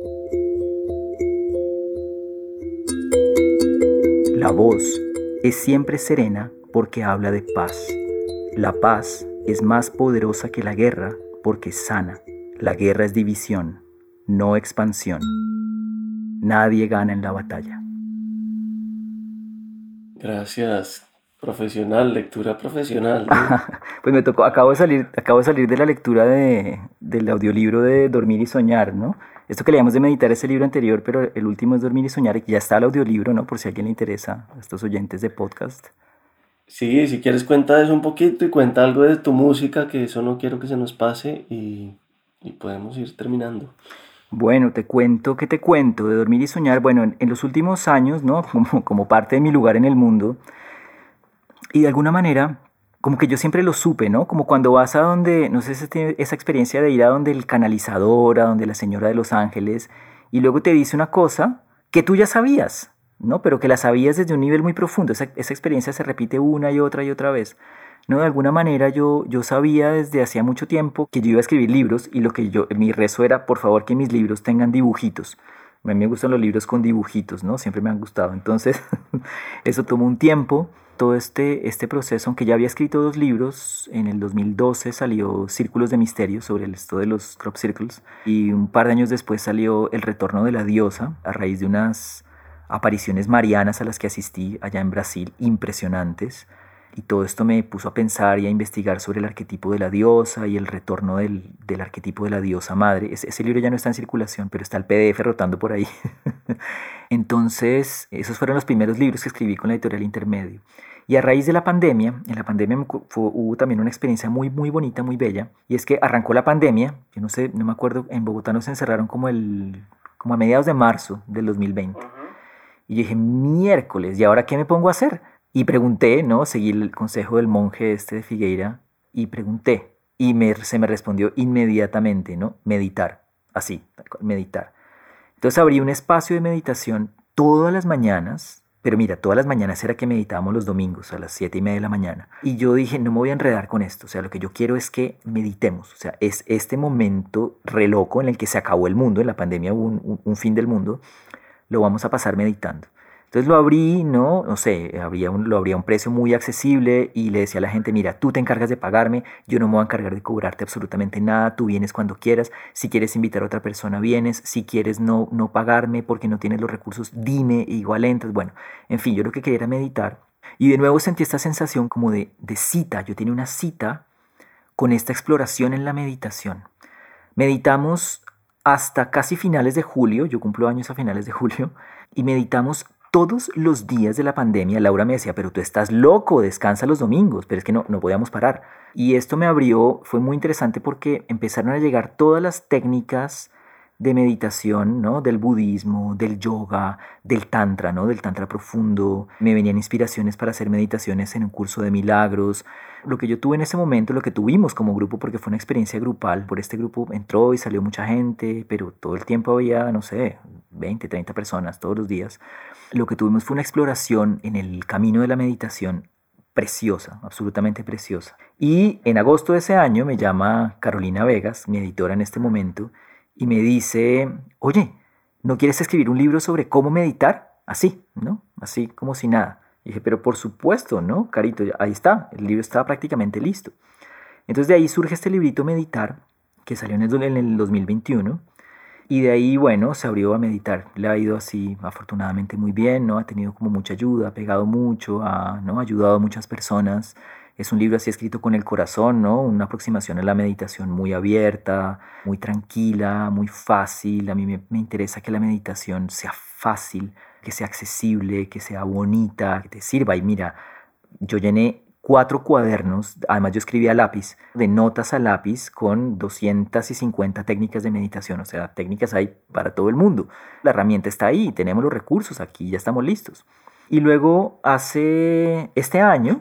La voz es siempre serena porque habla de paz. La paz es más poderosa que la guerra porque sana. La guerra es división, no expansión. Nadie gana en la batalla. Gracias. Profesional, lectura profesional. Pues me tocó, acabo de salir, acabo de salir de la lectura de, del audiolibro de Dormir y Soñar, ¿no? Esto que leíamos de meditar es el libro anterior, pero el último es Dormir y Soñar, y ya está el audiolibro, ¿no? Por si a alguien le interesa, a estos oyentes de podcast. Sí, si quieres cuenta eso un poquito y cuenta algo de tu música, que eso no quiero que se nos pase y, y podemos ir terminando. Bueno, te cuento, ¿qué te cuento? De Dormir y Soñar, bueno, en, en los últimos años, ¿no? Como, como parte de mi lugar en el mundo, y de alguna manera, como que yo siempre lo supe, ¿no? Como cuando vas a donde, no sé si tienes esa experiencia de ir a donde el canalizador, a donde la señora de los ángeles, y luego te dice una cosa que tú ya sabías, ¿no? Pero que la sabías desde un nivel muy profundo. Esa, esa experiencia se repite una y otra y otra vez, ¿no? De alguna manera yo, yo sabía desde hacía mucho tiempo que yo iba a escribir libros y lo que yo, mi rezo era, por favor, que mis libros tengan dibujitos. A mí me gustan los libros con dibujitos, ¿no? Siempre me han gustado. Entonces, eso tomó un tiempo. Todo este, este proceso, aunque ya había escrito dos libros, en el dos mil doce salió Círculos de Misterio sobre el esto de los crop circles y un par de años después salió El Retorno de la Diosa a raíz de unas apariciones marianas a las que asistí allá en Brasil, impresionantes, y todo esto me puso a pensar y a investigar sobre el arquetipo de la diosa y el retorno del, del arquetipo de la diosa madre. Ese, ese libro ya no está en circulación, pero está el P D F rotando por ahí. Entonces, esos fueron los primeros libros que escribí con la editorial Intermedio. Y a raíz de la pandemia, en la pandemia fue, hubo también una experiencia muy, muy bonita, muy bella, y es que arrancó la pandemia, yo no sé, no me acuerdo, en Bogotá nos encerraron como, el, como a mediados de marzo del dos mil veinte. Uh-huh. Y yo dije, miércoles, ¿y ahora qué me pongo a hacer? Y pregunté, ¿no? Seguí el consejo del monje este de Figueira y pregunté. Y me, se me respondió inmediatamente, ¿no? Meditar. Así, meditar. Entonces abrí un espacio de meditación todas las mañanas. Pero mira, todas las mañanas era que meditábamos los domingos a las siete y media de la mañana. Y yo dije, no me voy a enredar con esto. O sea, lo que yo quiero es que meditemos. O sea, es este momento re loco en el que se acabó el mundo. En la pandemia hubo un, un, un fin del mundo. Lo vamos a pasar meditando. Entonces lo abrí, ¿no? No sé, habría un, lo abría a un precio muy accesible y le decía a la gente, mira, tú te encargas de pagarme, yo no me voy a encargar de cobrarte absolutamente nada, tú vienes cuando quieras, si quieres invitar a otra persona vienes, si quieres no, no pagarme porque no tienes los recursos, dime, igual entras. Bueno, en fin, yo lo que quería era meditar y de nuevo sentí esta sensación como de, de cita. Yo tenía una cita con esta exploración en la meditación. Meditamos hasta casi finales de julio, yo cumplo años a finales de julio, y meditamos todos los días de la pandemia. Laura me decía, pero tú estás loco, descansa los domingos, pero es que no, no podíamos parar. Y esto me abrió, fue muy interesante porque empezaron a llegar todas las técnicas de meditación, ¿no? Del budismo, del yoga, del tantra, ¿no? Del tantra profundo. Me venían inspiraciones para hacer meditaciones en un curso de milagros. Lo que yo tuve en ese momento, lo que tuvimos como grupo, porque fue una experiencia grupal, por este grupo entró y salió mucha gente, pero todo el tiempo había, no sé, veinte, treinta personas todos los días. Lo que tuvimos fue una exploración en el camino de la meditación preciosa, absolutamente preciosa. Y en agosto de ese año me llama Carolina Vegas, mi editora en este momento, y me dice, oye, ¿no quieres escribir un libro sobre cómo meditar? Así, ¿no? Así como si nada. Y dije, pero por supuesto, ¿no? Carito, ahí está, el libro estaba prácticamente listo. Entonces de ahí surge este librito Meditar, que salió en el, en el dos mil veintiuno, y de ahí, bueno, se abrió a meditar. Le ha ido así, afortunadamente, muy bien, ¿no? Ha tenido como mucha ayuda, ha pegado mucho, ha, ¿no? ha ayudado a muchas personas. Es un libro así escrito con el corazón, ¿no? Una aproximación a la meditación muy abierta, muy tranquila, muy fácil. A mí me, me interesa que la meditación sea fácil, que sea accesible, que sea bonita, que te sirva. Y mira, yo llené cuatro cuadernos, además yo escribí a lápiz, de notas a lápiz con doscientas cincuenta técnicas de meditación, o sea, técnicas hay para todo el mundo. La herramienta está ahí, tenemos los recursos aquí, ya estamos listos. Y luego hace este año,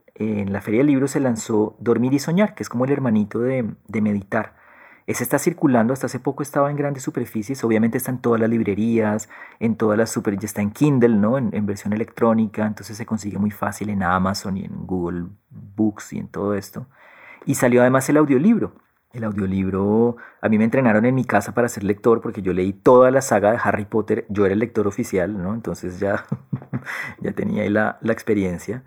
en la Feria del Libro se lanzó Dormir y Soñar, que es como el hermanito de, de Meditar. Ese está circulando, hasta hace poco estaba en grandes superficies, obviamente está en todas las librerías, en todas las super, ya está en Kindle, ¿no? En, en versión electrónica, entonces se consigue muy fácil en Amazon y en Google Books y en todo esto. Y salió además el audiolibro. El audiolibro, a mí me entrenaron en mi casa para ser lector porque yo leí toda la saga de Harry Potter, yo era el lector oficial, ¿no? Entonces ya, ya tenía ahí la, la experiencia.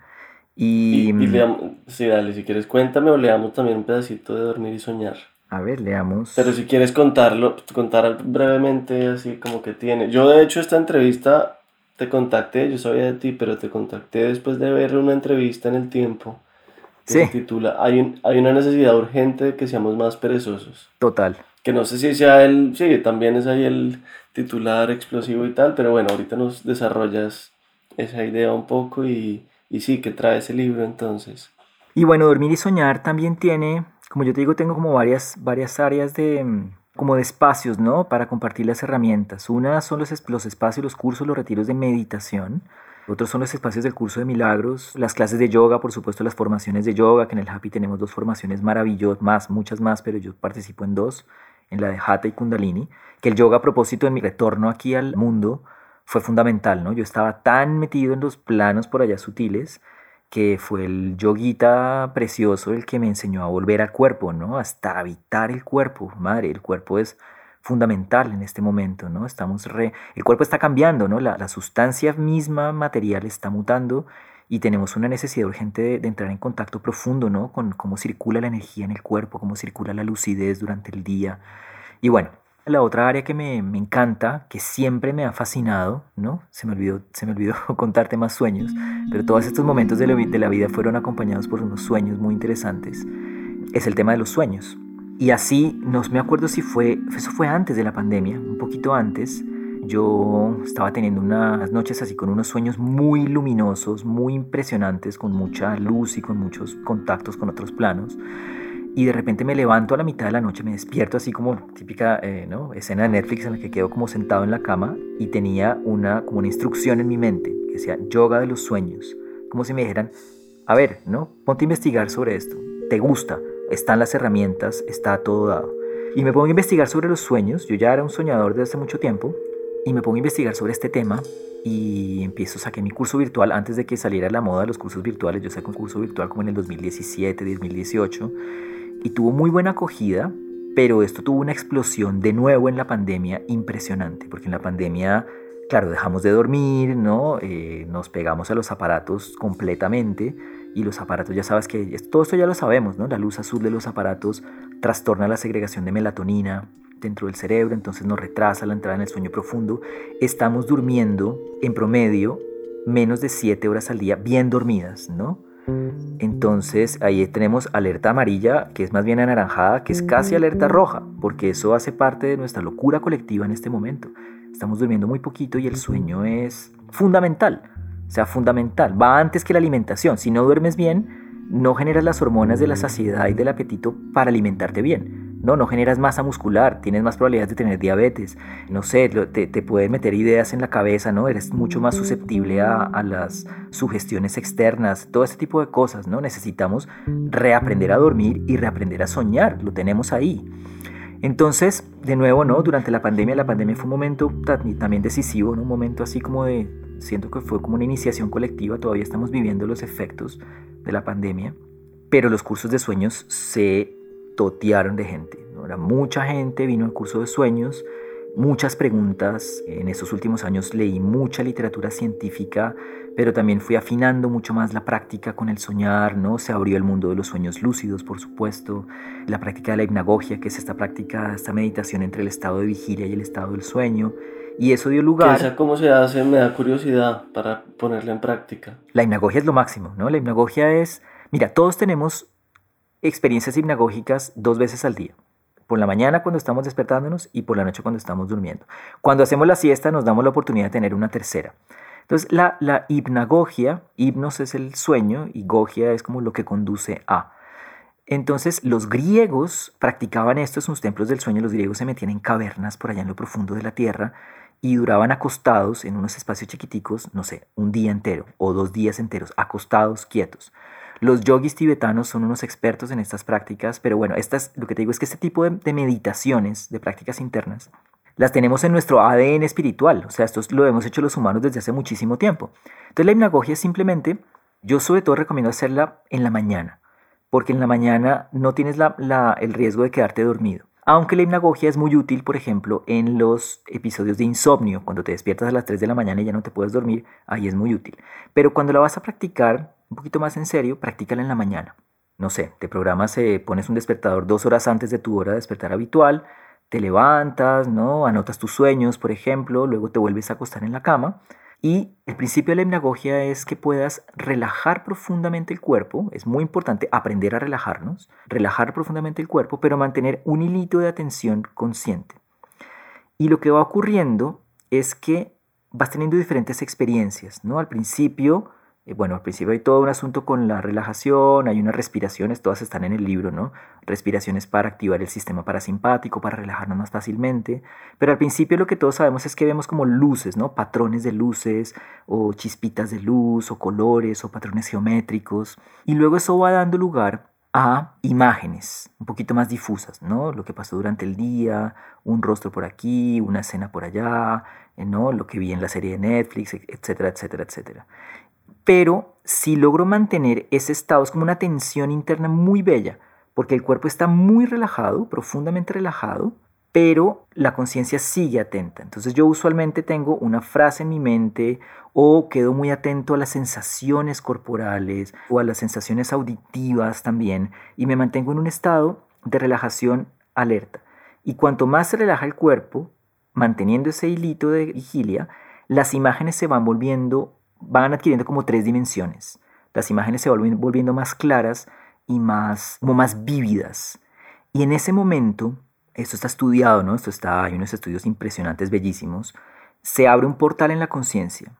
Y, y, y leamos, sí, dale, si quieres cuéntame o leamos también un pedacito de Dormir y Soñar. A ver, leamos. Pero si quieres contarlo, contar brevemente así como que tiene. Yo de hecho esta entrevista te contacté, yo sabía de ti, pero te contacté después de ver una entrevista en El Tiempo que Sí. se titula hay, un, hay una necesidad urgente de que seamos más perezosos. Total. Que no sé si sea el, sí, también es ahí el titular explosivo y tal, pero bueno, ahorita nos desarrollas esa idea un poco y, y sí, ¿qué trae ese libro entonces? Y bueno, Dormir y Soñar también tiene, como yo te digo, tengo como varias, varias áreas de, como de espacios, ¿no? Para compartir las herramientas. Una son los, los espacios, los cursos, los retiros de meditación. Otros son los espacios del curso de milagros, las clases de yoga, por supuesto las formaciones de yoga, que en el Happy tenemos dos formaciones maravillosas, más, muchas más, pero yo participo en dos, en la de Hatha y Kundalini, que el yoga a propósito de mi retorno aquí al mundo fue fundamental, ¿no? Yo estaba tan metido en los planos por allá sutiles que fue el yoguita precioso el que me enseñó a volver al cuerpo, ¿no? Hasta habitar el cuerpo. Madre, el cuerpo es fundamental en este momento, ¿no? Estamos re... El cuerpo está cambiando, ¿no? La, la sustancia misma material está mutando y tenemos una necesidad urgente de, de entrar en contacto profundo, ¿no? Con cómo circula la energía en el cuerpo, cómo circula la lucidez durante el día. Y bueno, la otra área que me, me encanta, que siempre me ha fascinado, ¿no? Se me olvidó, se me olvidó contarte más sueños, pero todos estos momentos de la, de la vida fueron acompañados por unos sueños muy interesantes. Es el tema de los sueños. Y así, no me acuerdo si fue, eso fue antes de la pandemia, un poquito antes, yo estaba teniendo unas noches así con unos sueños muy luminosos, muy impresionantes, con mucha luz y con muchos contactos con otros planos. Y de repente me levanto a la mitad de la noche, me despierto así como típica eh, ¿no? escena de Netflix en la que quedo como sentado en la cama y tenía una, como una instrucción en mi mente que decía yoga de los sueños. Como si me dijeran, a ver, ¿no? Ponte a investigar sobre esto, te gusta, están las herramientas, está todo dado. Y me pongo a investigar sobre los sueños, yo ya era un soñador desde hace mucho tiempo, y me pongo a investigar sobre este tema y empiezo, saqué mi curso virtual antes de que saliera la moda de los cursos virtuales. Yo saqué un curso virtual como en el dos mil diecisiete, dos mil dieciocho y tuvo muy buena acogida, pero esto tuvo una explosión de nuevo en la pandemia impresionante, porque en la pandemia, claro, dejamos de dormir, ¿no? Eh, nos pegamos a los aparatos completamente y los aparatos, ya sabes que todo esto ya lo sabemos, ¿no? La luz azul de los aparatos trastorna la segregación de melatonina dentro del cerebro, entonces nos retrasa la entrada en el sueño profundo. Estamos durmiendo en promedio menos de siete horas al día bien dormidas, ¿no? Entonces ahí tenemos alerta amarilla, que es más bien anaranjada, que es casi alerta roja, porque eso hace parte de nuestra locura colectiva en este momento. Estamos durmiendo muy poquito y el sueño es fundamental, o sea, fundamental, va antes que la alimentación. Si no duermes bien, no generas las hormonas de la saciedad y del apetito para alimentarte bien. No, no generas masa muscular, tienes más probabilidades de tener diabetes, no sé, te, te pueden meter ideas en la cabeza, ¿no? Eres mucho más susceptible a, a las sugestiones externas, todo este tipo de cosas, ¿no? Necesitamos reaprender a dormir y reaprender a soñar, lo tenemos ahí. Entonces, de nuevo, ¿no? Durante la pandemia, la pandemia fue un momento también decisivo, ¿no? Un momento así como de, siento que fue como una iniciación colectiva, todavía estamos viviendo los efectos, de la pandemia, pero los cursos de sueños se totearon de gente, ¿no? Era mucha gente, vino al curso de sueños, muchas preguntas. En estos últimos años leí mucha literatura científica, pero también fui afinando mucho más la práctica con el soñar, ¿no? Se abrió el mundo de los sueños lúcidos, por supuesto, la práctica de la hipnagogia, que es esta práctica, esta meditación entre el estado de vigilia y el estado del sueño, y eso dio lugar... ¿Esa cómo se hace? Me da curiosidad para ponerla en práctica. La hipnagogia es lo máximo, ¿no? La hipnagogia es... Mira, todos tenemos experiencias hipnagógicas dos veces al día. Por la mañana cuando estamos despertándonos y por la noche cuando estamos durmiendo. Cuando hacemos la siesta nos damos la oportunidad de tener una tercera. Entonces la, la hipnagogia, hipnos es el sueño y gogia es como lo que conduce a. Entonces los griegos practicaban esto en sus templos del sueño. Los griegos se metían en cavernas por allá en lo profundo de la tierra y duraban acostados en unos espacios chiquiticos, no sé, un día entero o dos días enteros, acostados, quietos. Los yogis tibetanos son unos expertos en estas prácticas, pero bueno, estas, lo que te digo es que este tipo de, de meditaciones, de prácticas internas, las tenemos en nuestro A D N espiritual. O sea, esto lo hemos hecho los humanos desde hace muchísimo tiempo. Entonces la hipnagogia es simplemente, yo sobre todo recomiendo hacerla en la mañana, porque en la mañana no tienes la, la, el riesgo de quedarte dormido. Aunque la hipnagogia es muy útil, por ejemplo, en los episodios de insomnio, cuando te despiertas a las tres de la mañana y ya no te puedes dormir, ahí es muy útil. Pero cuando la vas a practicar un poquito más en serio, practícala en la mañana. No sé, te programas, eh, pones un despertador dos horas antes de tu hora de despertar habitual, te levantas, ¿no? Anotas tus sueños, por ejemplo, luego te vuelves a acostar en la cama. Y el principio de la hipnagogia es que puedas relajar profundamente el cuerpo. Es muy importante aprender a relajarnos, relajar profundamente el cuerpo, pero mantener un hilito de atención consciente. Y lo que va ocurriendo es que vas teniendo diferentes experiencias, ¿no? Al principio, eh, bueno, al principio hay todo un asunto con la relajación, hay unas respiraciones, todas están en el libro, ¿no? Respiraciones para activar el sistema parasimpático, para relajarnos más fácilmente. Pero al principio lo que todos sabemos es que vemos como luces, ¿no? Patrones de luces, o chispitas de luz, o colores, o patrones geométricos. Y luego eso va dando lugar a imágenes un poquito más difusas, ¿no? Lo que pasó durante el día, un rostro por aquí, una escena por allá, ¿no? Lo que vi en la serie de Netflix, etcétera, etcétera, etcétera. Pero si logro mantener ese estado, es como una tensión interna muy bella, porque el cuerpo está muy relajado, profundamente relajado, pero la conciencia sigue atenta. Entonces yo usualmente tengo una frase en mi mente o quedo muy atento a las sensaciones corporales o a las sensaciones auditivas también y me mantengo en un estado de relajación alerta. Y cuanto más se relaja el cuerpo, manteniendo ese hilito de vigilia, las imágenes se van volviendo, van adquiriendo como tres dimensiones. Las imágenes se van volviendo más claras y más, como más vívidas. Y en ese momento, esto está estudiado, ¿no? Esto está, hay unos estudios impresionantes, bellísimos, se abre un portal en la conciencia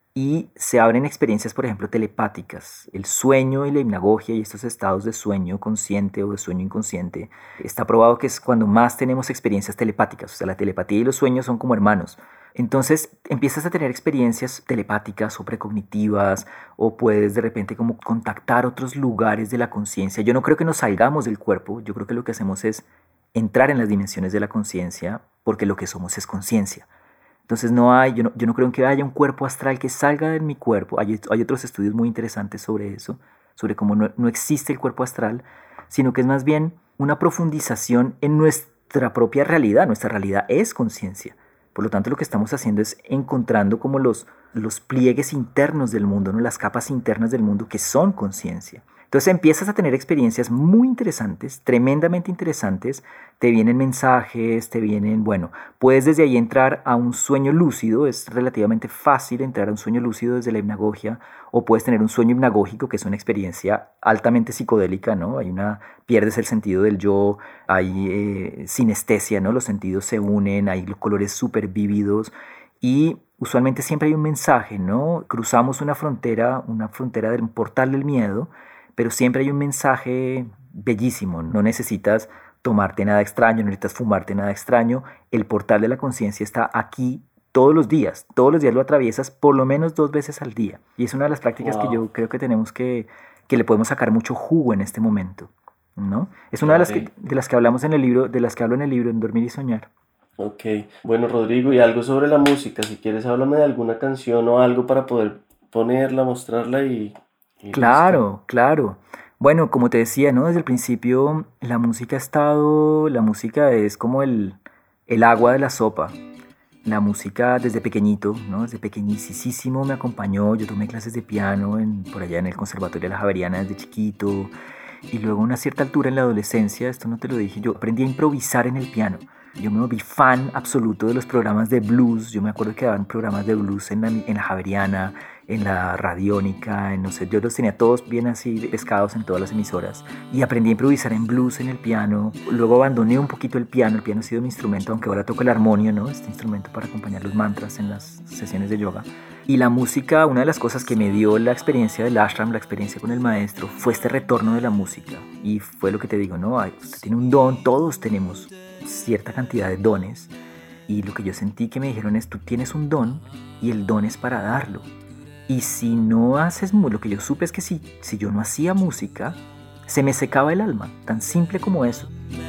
y se abren experiencias, por ejemplo, telepáticas. El sueño y la hipnagogia y estos estados de sueño consciente o de sueño inconsciente, está probado que es cuando más tenemos experiencias telepáticas. O sea, la telepatía y los sueños son como hermanos. Entonces empiezas a tener experiencias telepáticas o precognitivas, o puedes de repente como contactar otros lugares de la conciencia. Yo no creo que nos salgamos del cuerpo, yo creo que lo que hacemos es entrar en las dimensiones de la conciencia, porque lo que somos es conciencia. Entonces no hay, yo no, yo no creo en que haya un cuerpo astral que salga de mi cuerpo. Hay, hay otros estudios muy interesantes sobre eso, sobre cómo no, no existe el cuerpo astral, sino que es más bien una profundización en nuestra propia realidad. Nuestra realidad es conciencia. Por lo tanto, lo que estamos haciendo es encontrando como los, los pliegues internos del mundo, ¿no? Las capas internas del mundo que son conciencia. Entonces empiezas a tener experiencias muy interesantes, tremendamente interesantes. Te vienen mensajes, te vienen, bueno, puedes desde ahí entrar a un sueño lúcido. Es relativamente fácil entrar a un sueño lúcido desde la hipnagogia, o puedes tener un sueño hipnagógico, que es una experiencia altamente psicodélica, ¿no? Hay una, pierdes el sentido del yo, hay eh, sinestesia, ¿no? Los sentidos se unen, hay colores súper vívidos y usualmente siempre hay un mensaje, ¿no? Cruzamos una frontera, una frontera del portal del miedo, pero siempre hay un mensaje bellísimo. No necesitas tomarte nada extraño, no necesitas fumarte nada extraño. El portal de la conciencia está aquí todos los días. Todos los días lo atraviesas por lo menos dos veces al día. Y es una de las prácticas wow. que yo creo que tenemos que, que le podemos sacar mucho jugo en este momento, ¿no? Es una okay. de, las que, de las que hablamos en el libro, de las que hablo en el libro, en Dormir y Soñar. Ok. Bueno, Rodrigo, y algo sobre la música. Si quieres, háblame de alguna canción o algo para poder ponerla, mostrarla y... Y Claro, listo. claro. Bueno, como te decía, ¿no? Desde el principio la música ha estado, la música es como el, el agua de la sopa. La música desde pequeñito, ¿no? Desde pequeñísimo me acompañó. Yo tomé clases de piano en, por allá en el Conservatorio de la Javeriana desde chiquito. Y luego a una cierta altura en la adolescencia, esto no te lo dije, yo aprendí a improvisar en el piano. Yo me volví fan absoluto de los programas de blues. Yo me acuerdo que daban programas de blues en la, en la Javeriana, en la Radiónica, en no sé, yo los tenía todos bien así pescados en todas las emisoras. Y aprendí a improvisar en blues en el piano. Luego abandoné un poquito el piano. El piano ha sido mi instrumento, aunque ahora toco el armonio, ¿no? Este instrumento para acompañar los mantras en las sesiones de yoga. Y la música, una de las cosas que me dio la experiencia del ashram, la experiencia con el maestro, fue este retorno de la música. Y fue lo que te digo, ¿no? Ay, usted tiene un don, todos tenemos cierta cantidad de dones. Y lo que yo sentí que me dijeron es, tú tienes un don y el don es para darlo. Y si no haces, lo que yo supe es que si, si yo no hacía música, se me secaba el alma, tan simple como eso.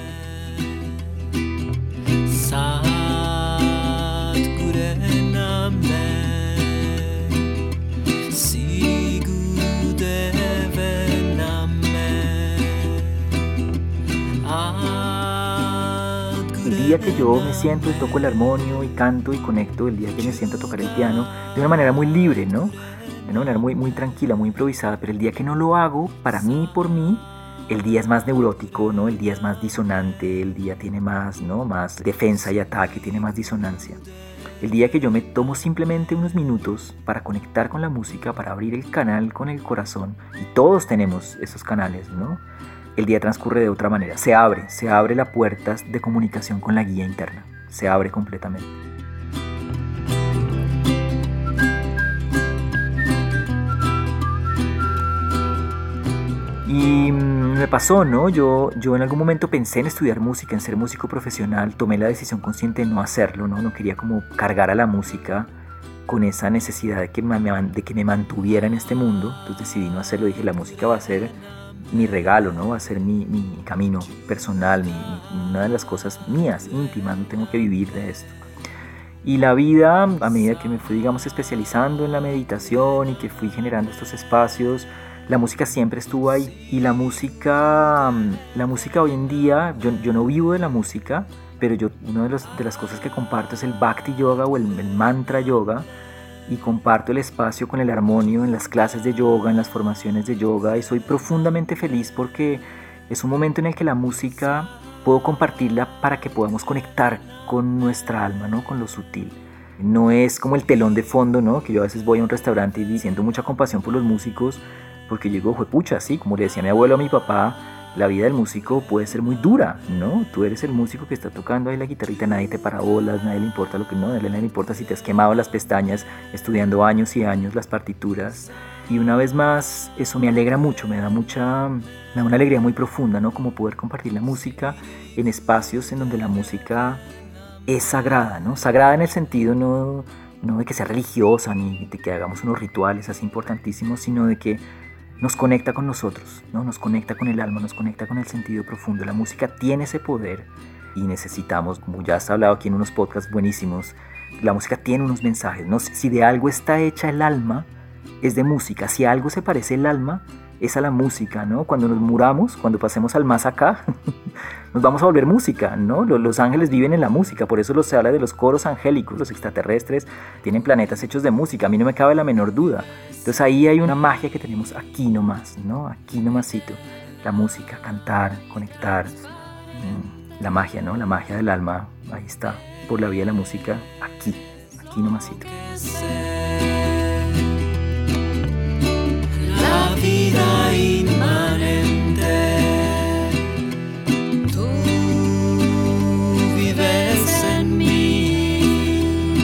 El día que yo me siento y toco el armonio y canto y conecto, el día que me siento a tocar el piano, de una manera muy libre, ¿no? De una manera muy, muy tranquila, muy improvisada, pero el día que no lo hago, para mí y por mí, el día es más neurótico, ¿no? El día es más disonante, el día tiene más, ¿no? Más defensa y ataque, tiene más disonancia. El día que yo me tomo simplemente unos minutos para conectar con la música, para abrir el canal con el corazón, y todos tenemos esos canales, ¿no? El día transcurre de otra manera, se abre, se abre la puerta de comunicación con la guía interna, se abre completamente. Y me pasó, ¿no? Yo, yo en algún momento pensé en estudiar música, en ser músico profesional, tomé la decisión consciente de no hacerlo, ¿no? No quería como cargar a la música con esa necesidad de que me, de que me mantuviera en este mundo, entonces decidí no hacerlo, dije la música va a ser mi regalo, ¿no? Va a ser mi, mi camino personal, mi, mi, una de las cosas mías, íntimas, no tengo que vivir de esto. Y la vida, a medida que me fui, digamos, especializando en la meditación y que fui generando estos espacios, la música siempre estuvo ahí. Y la música, la música hoy en día, yo, yo no vivo de la música, pero yo, una de, los, de las cosas que comparto es el Bhakti Yoga o el, el Mantra Yoga, y comparto el espacio con el armonio en las clases de yoga, en las formaciones de yoga, y soy profundamente feliz porque es un momento en el que la música puedo compartirla para que podamos conectar con nuestra alma, ¿no? Con lo sutil. No es como el telón de fondo, ¿no? Que yo a veces voy a un restaurante y siento mucha compasión por los músicos, porque yo digo, juepucha, sí, como le decía a mi abuelo, a mi papá, la vida del músico puede ser muy dura, ¿no? Tú eres el músico que está tocando ahí la guitarrita, nadie te para bolas, nadie le importa lo que no, nadie le importa si te has quemado las pestañas estudiando años y años las partituras. Y una vez más, eso me alegra mucho, me da mucha, me da una alegría muy profunda, ¿no? Como poder compartir la música en espacios en donde la música es sagrada, ¿no? Sagrada en el sentido no, no de que sea religiosa ni de que hagamos unos rituales así importantísimos, sino de que nos conecta con nosotros, ¿no? Nos conecta con el alma, nos conecta con el sentido profundo. La música tiene ese poder y necesitamos, como ya has hablado aquí en unos podcasts buenísimos, la música tiene unos mensajes, ¿no? Si de algo está hecha el alma, es de música. Si a algo se parece el alma, es a la música, ¿no? Cuando nos muramos, cuando pasemos al más acá, nos vamos a volver música, ¿no? Los, los ángeles viven en la música, por eso se habla de los coros angélicos, los extraterrestres tienen planetas hechos de música, a mí no me cabe la menor duda. Entonces ahí hay una magia que tenemos aquí nomás, ¿no? Aquí nomasito, la música, cantar, conectar, mmm, la magia, ¿no? La magia del alma, ahí está, por la vía de la música, aquí, aquí nomasito. La vida inmanente, tú vives en mí,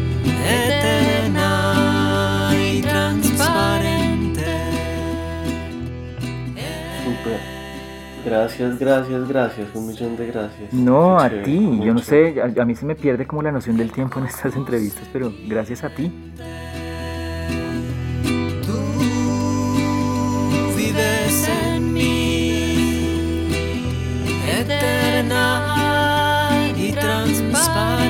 eterna y transparente. Súper. Gracias, gracias, gracias, un millón de gracias. No, Qué a chévere, ti, mucho. yo no sé, a, a mí se me pierde como la noción del tiempo en estas entrevistas, pero gracias a ti. Vives en mí, eterna y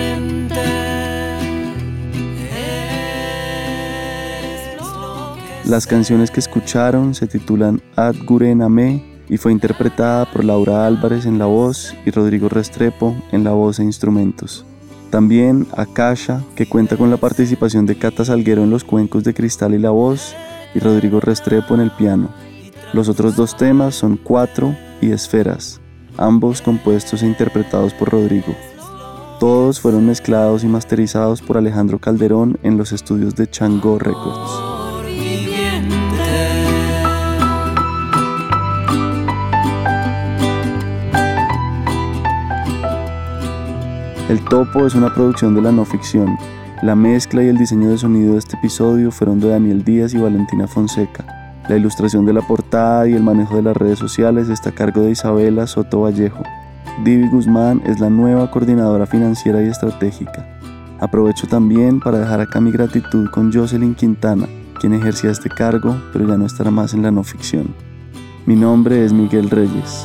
transparente. Eres lo que Las canciones que escucharon se titulan Ad Guren Amé y fue interpretada por Laura Álvarez en la voz y Rodrigo Restrepo en la voz e instrumentos. También Akasha, que cuenta con la participación de Cata Salguero en los cuencos de cristal y la voz y Rodrigo Restrepo en el piano. Los otros dos temas son Cuatro y Esferas, ambos compuestos e interpretados por Rodrigo. Todos fueron mezclados y masterizados por Alejandro Calderón en los estudios de Chango Records. El Topo es una producción de La No Ficción. La mezcla y el diseño de sonido de este episodio fueron de Daniel Díaz y Valentina Fonseca. La ilustración de la portada y el manejo de las redes sociales está a cargo de Isabela Soto Vallejo. Divi Guzmán es la nueva coordinadora financiera y estratégica. Aprovecho también para dejar acá mi gratitud con Jocelyn Quintana, quien ejercía este cargo, pero ya no estará más en La No Ficción. Mi nombre es Miguel Reyes.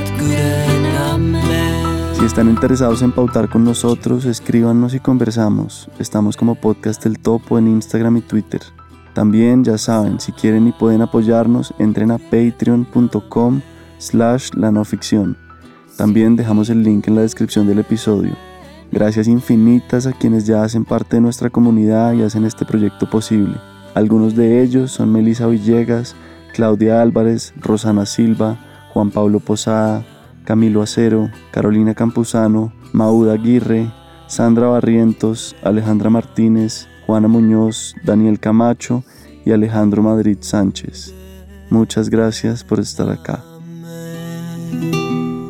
Si están interesados en pautar con nosotros, escríbanos y conversamos. Estamos como Podcast El Topo en Instagram y Twitter. También, ya saben, si quieren y pueden apoyarnos, entren a patreon.com slash la no ficción. También dejamos el link en la descripción del episodio. Gracias infinitas a quienes ya hacen parte de nuestra comunidad y hacen este proyecto posible. Algunos de ellos son Melissa Villegas, Claudia Álvarez, Rosana Silva, Juan Pablo Posada, Camilo Acero, Carolina Campuzano, Mauda Aguirre, Sandra Barrientos, Alejandra Martínez, Juana Muñoz, Daniel Camacho y Alejandro Madrid Sánchez. Muchas gracias por estar acá.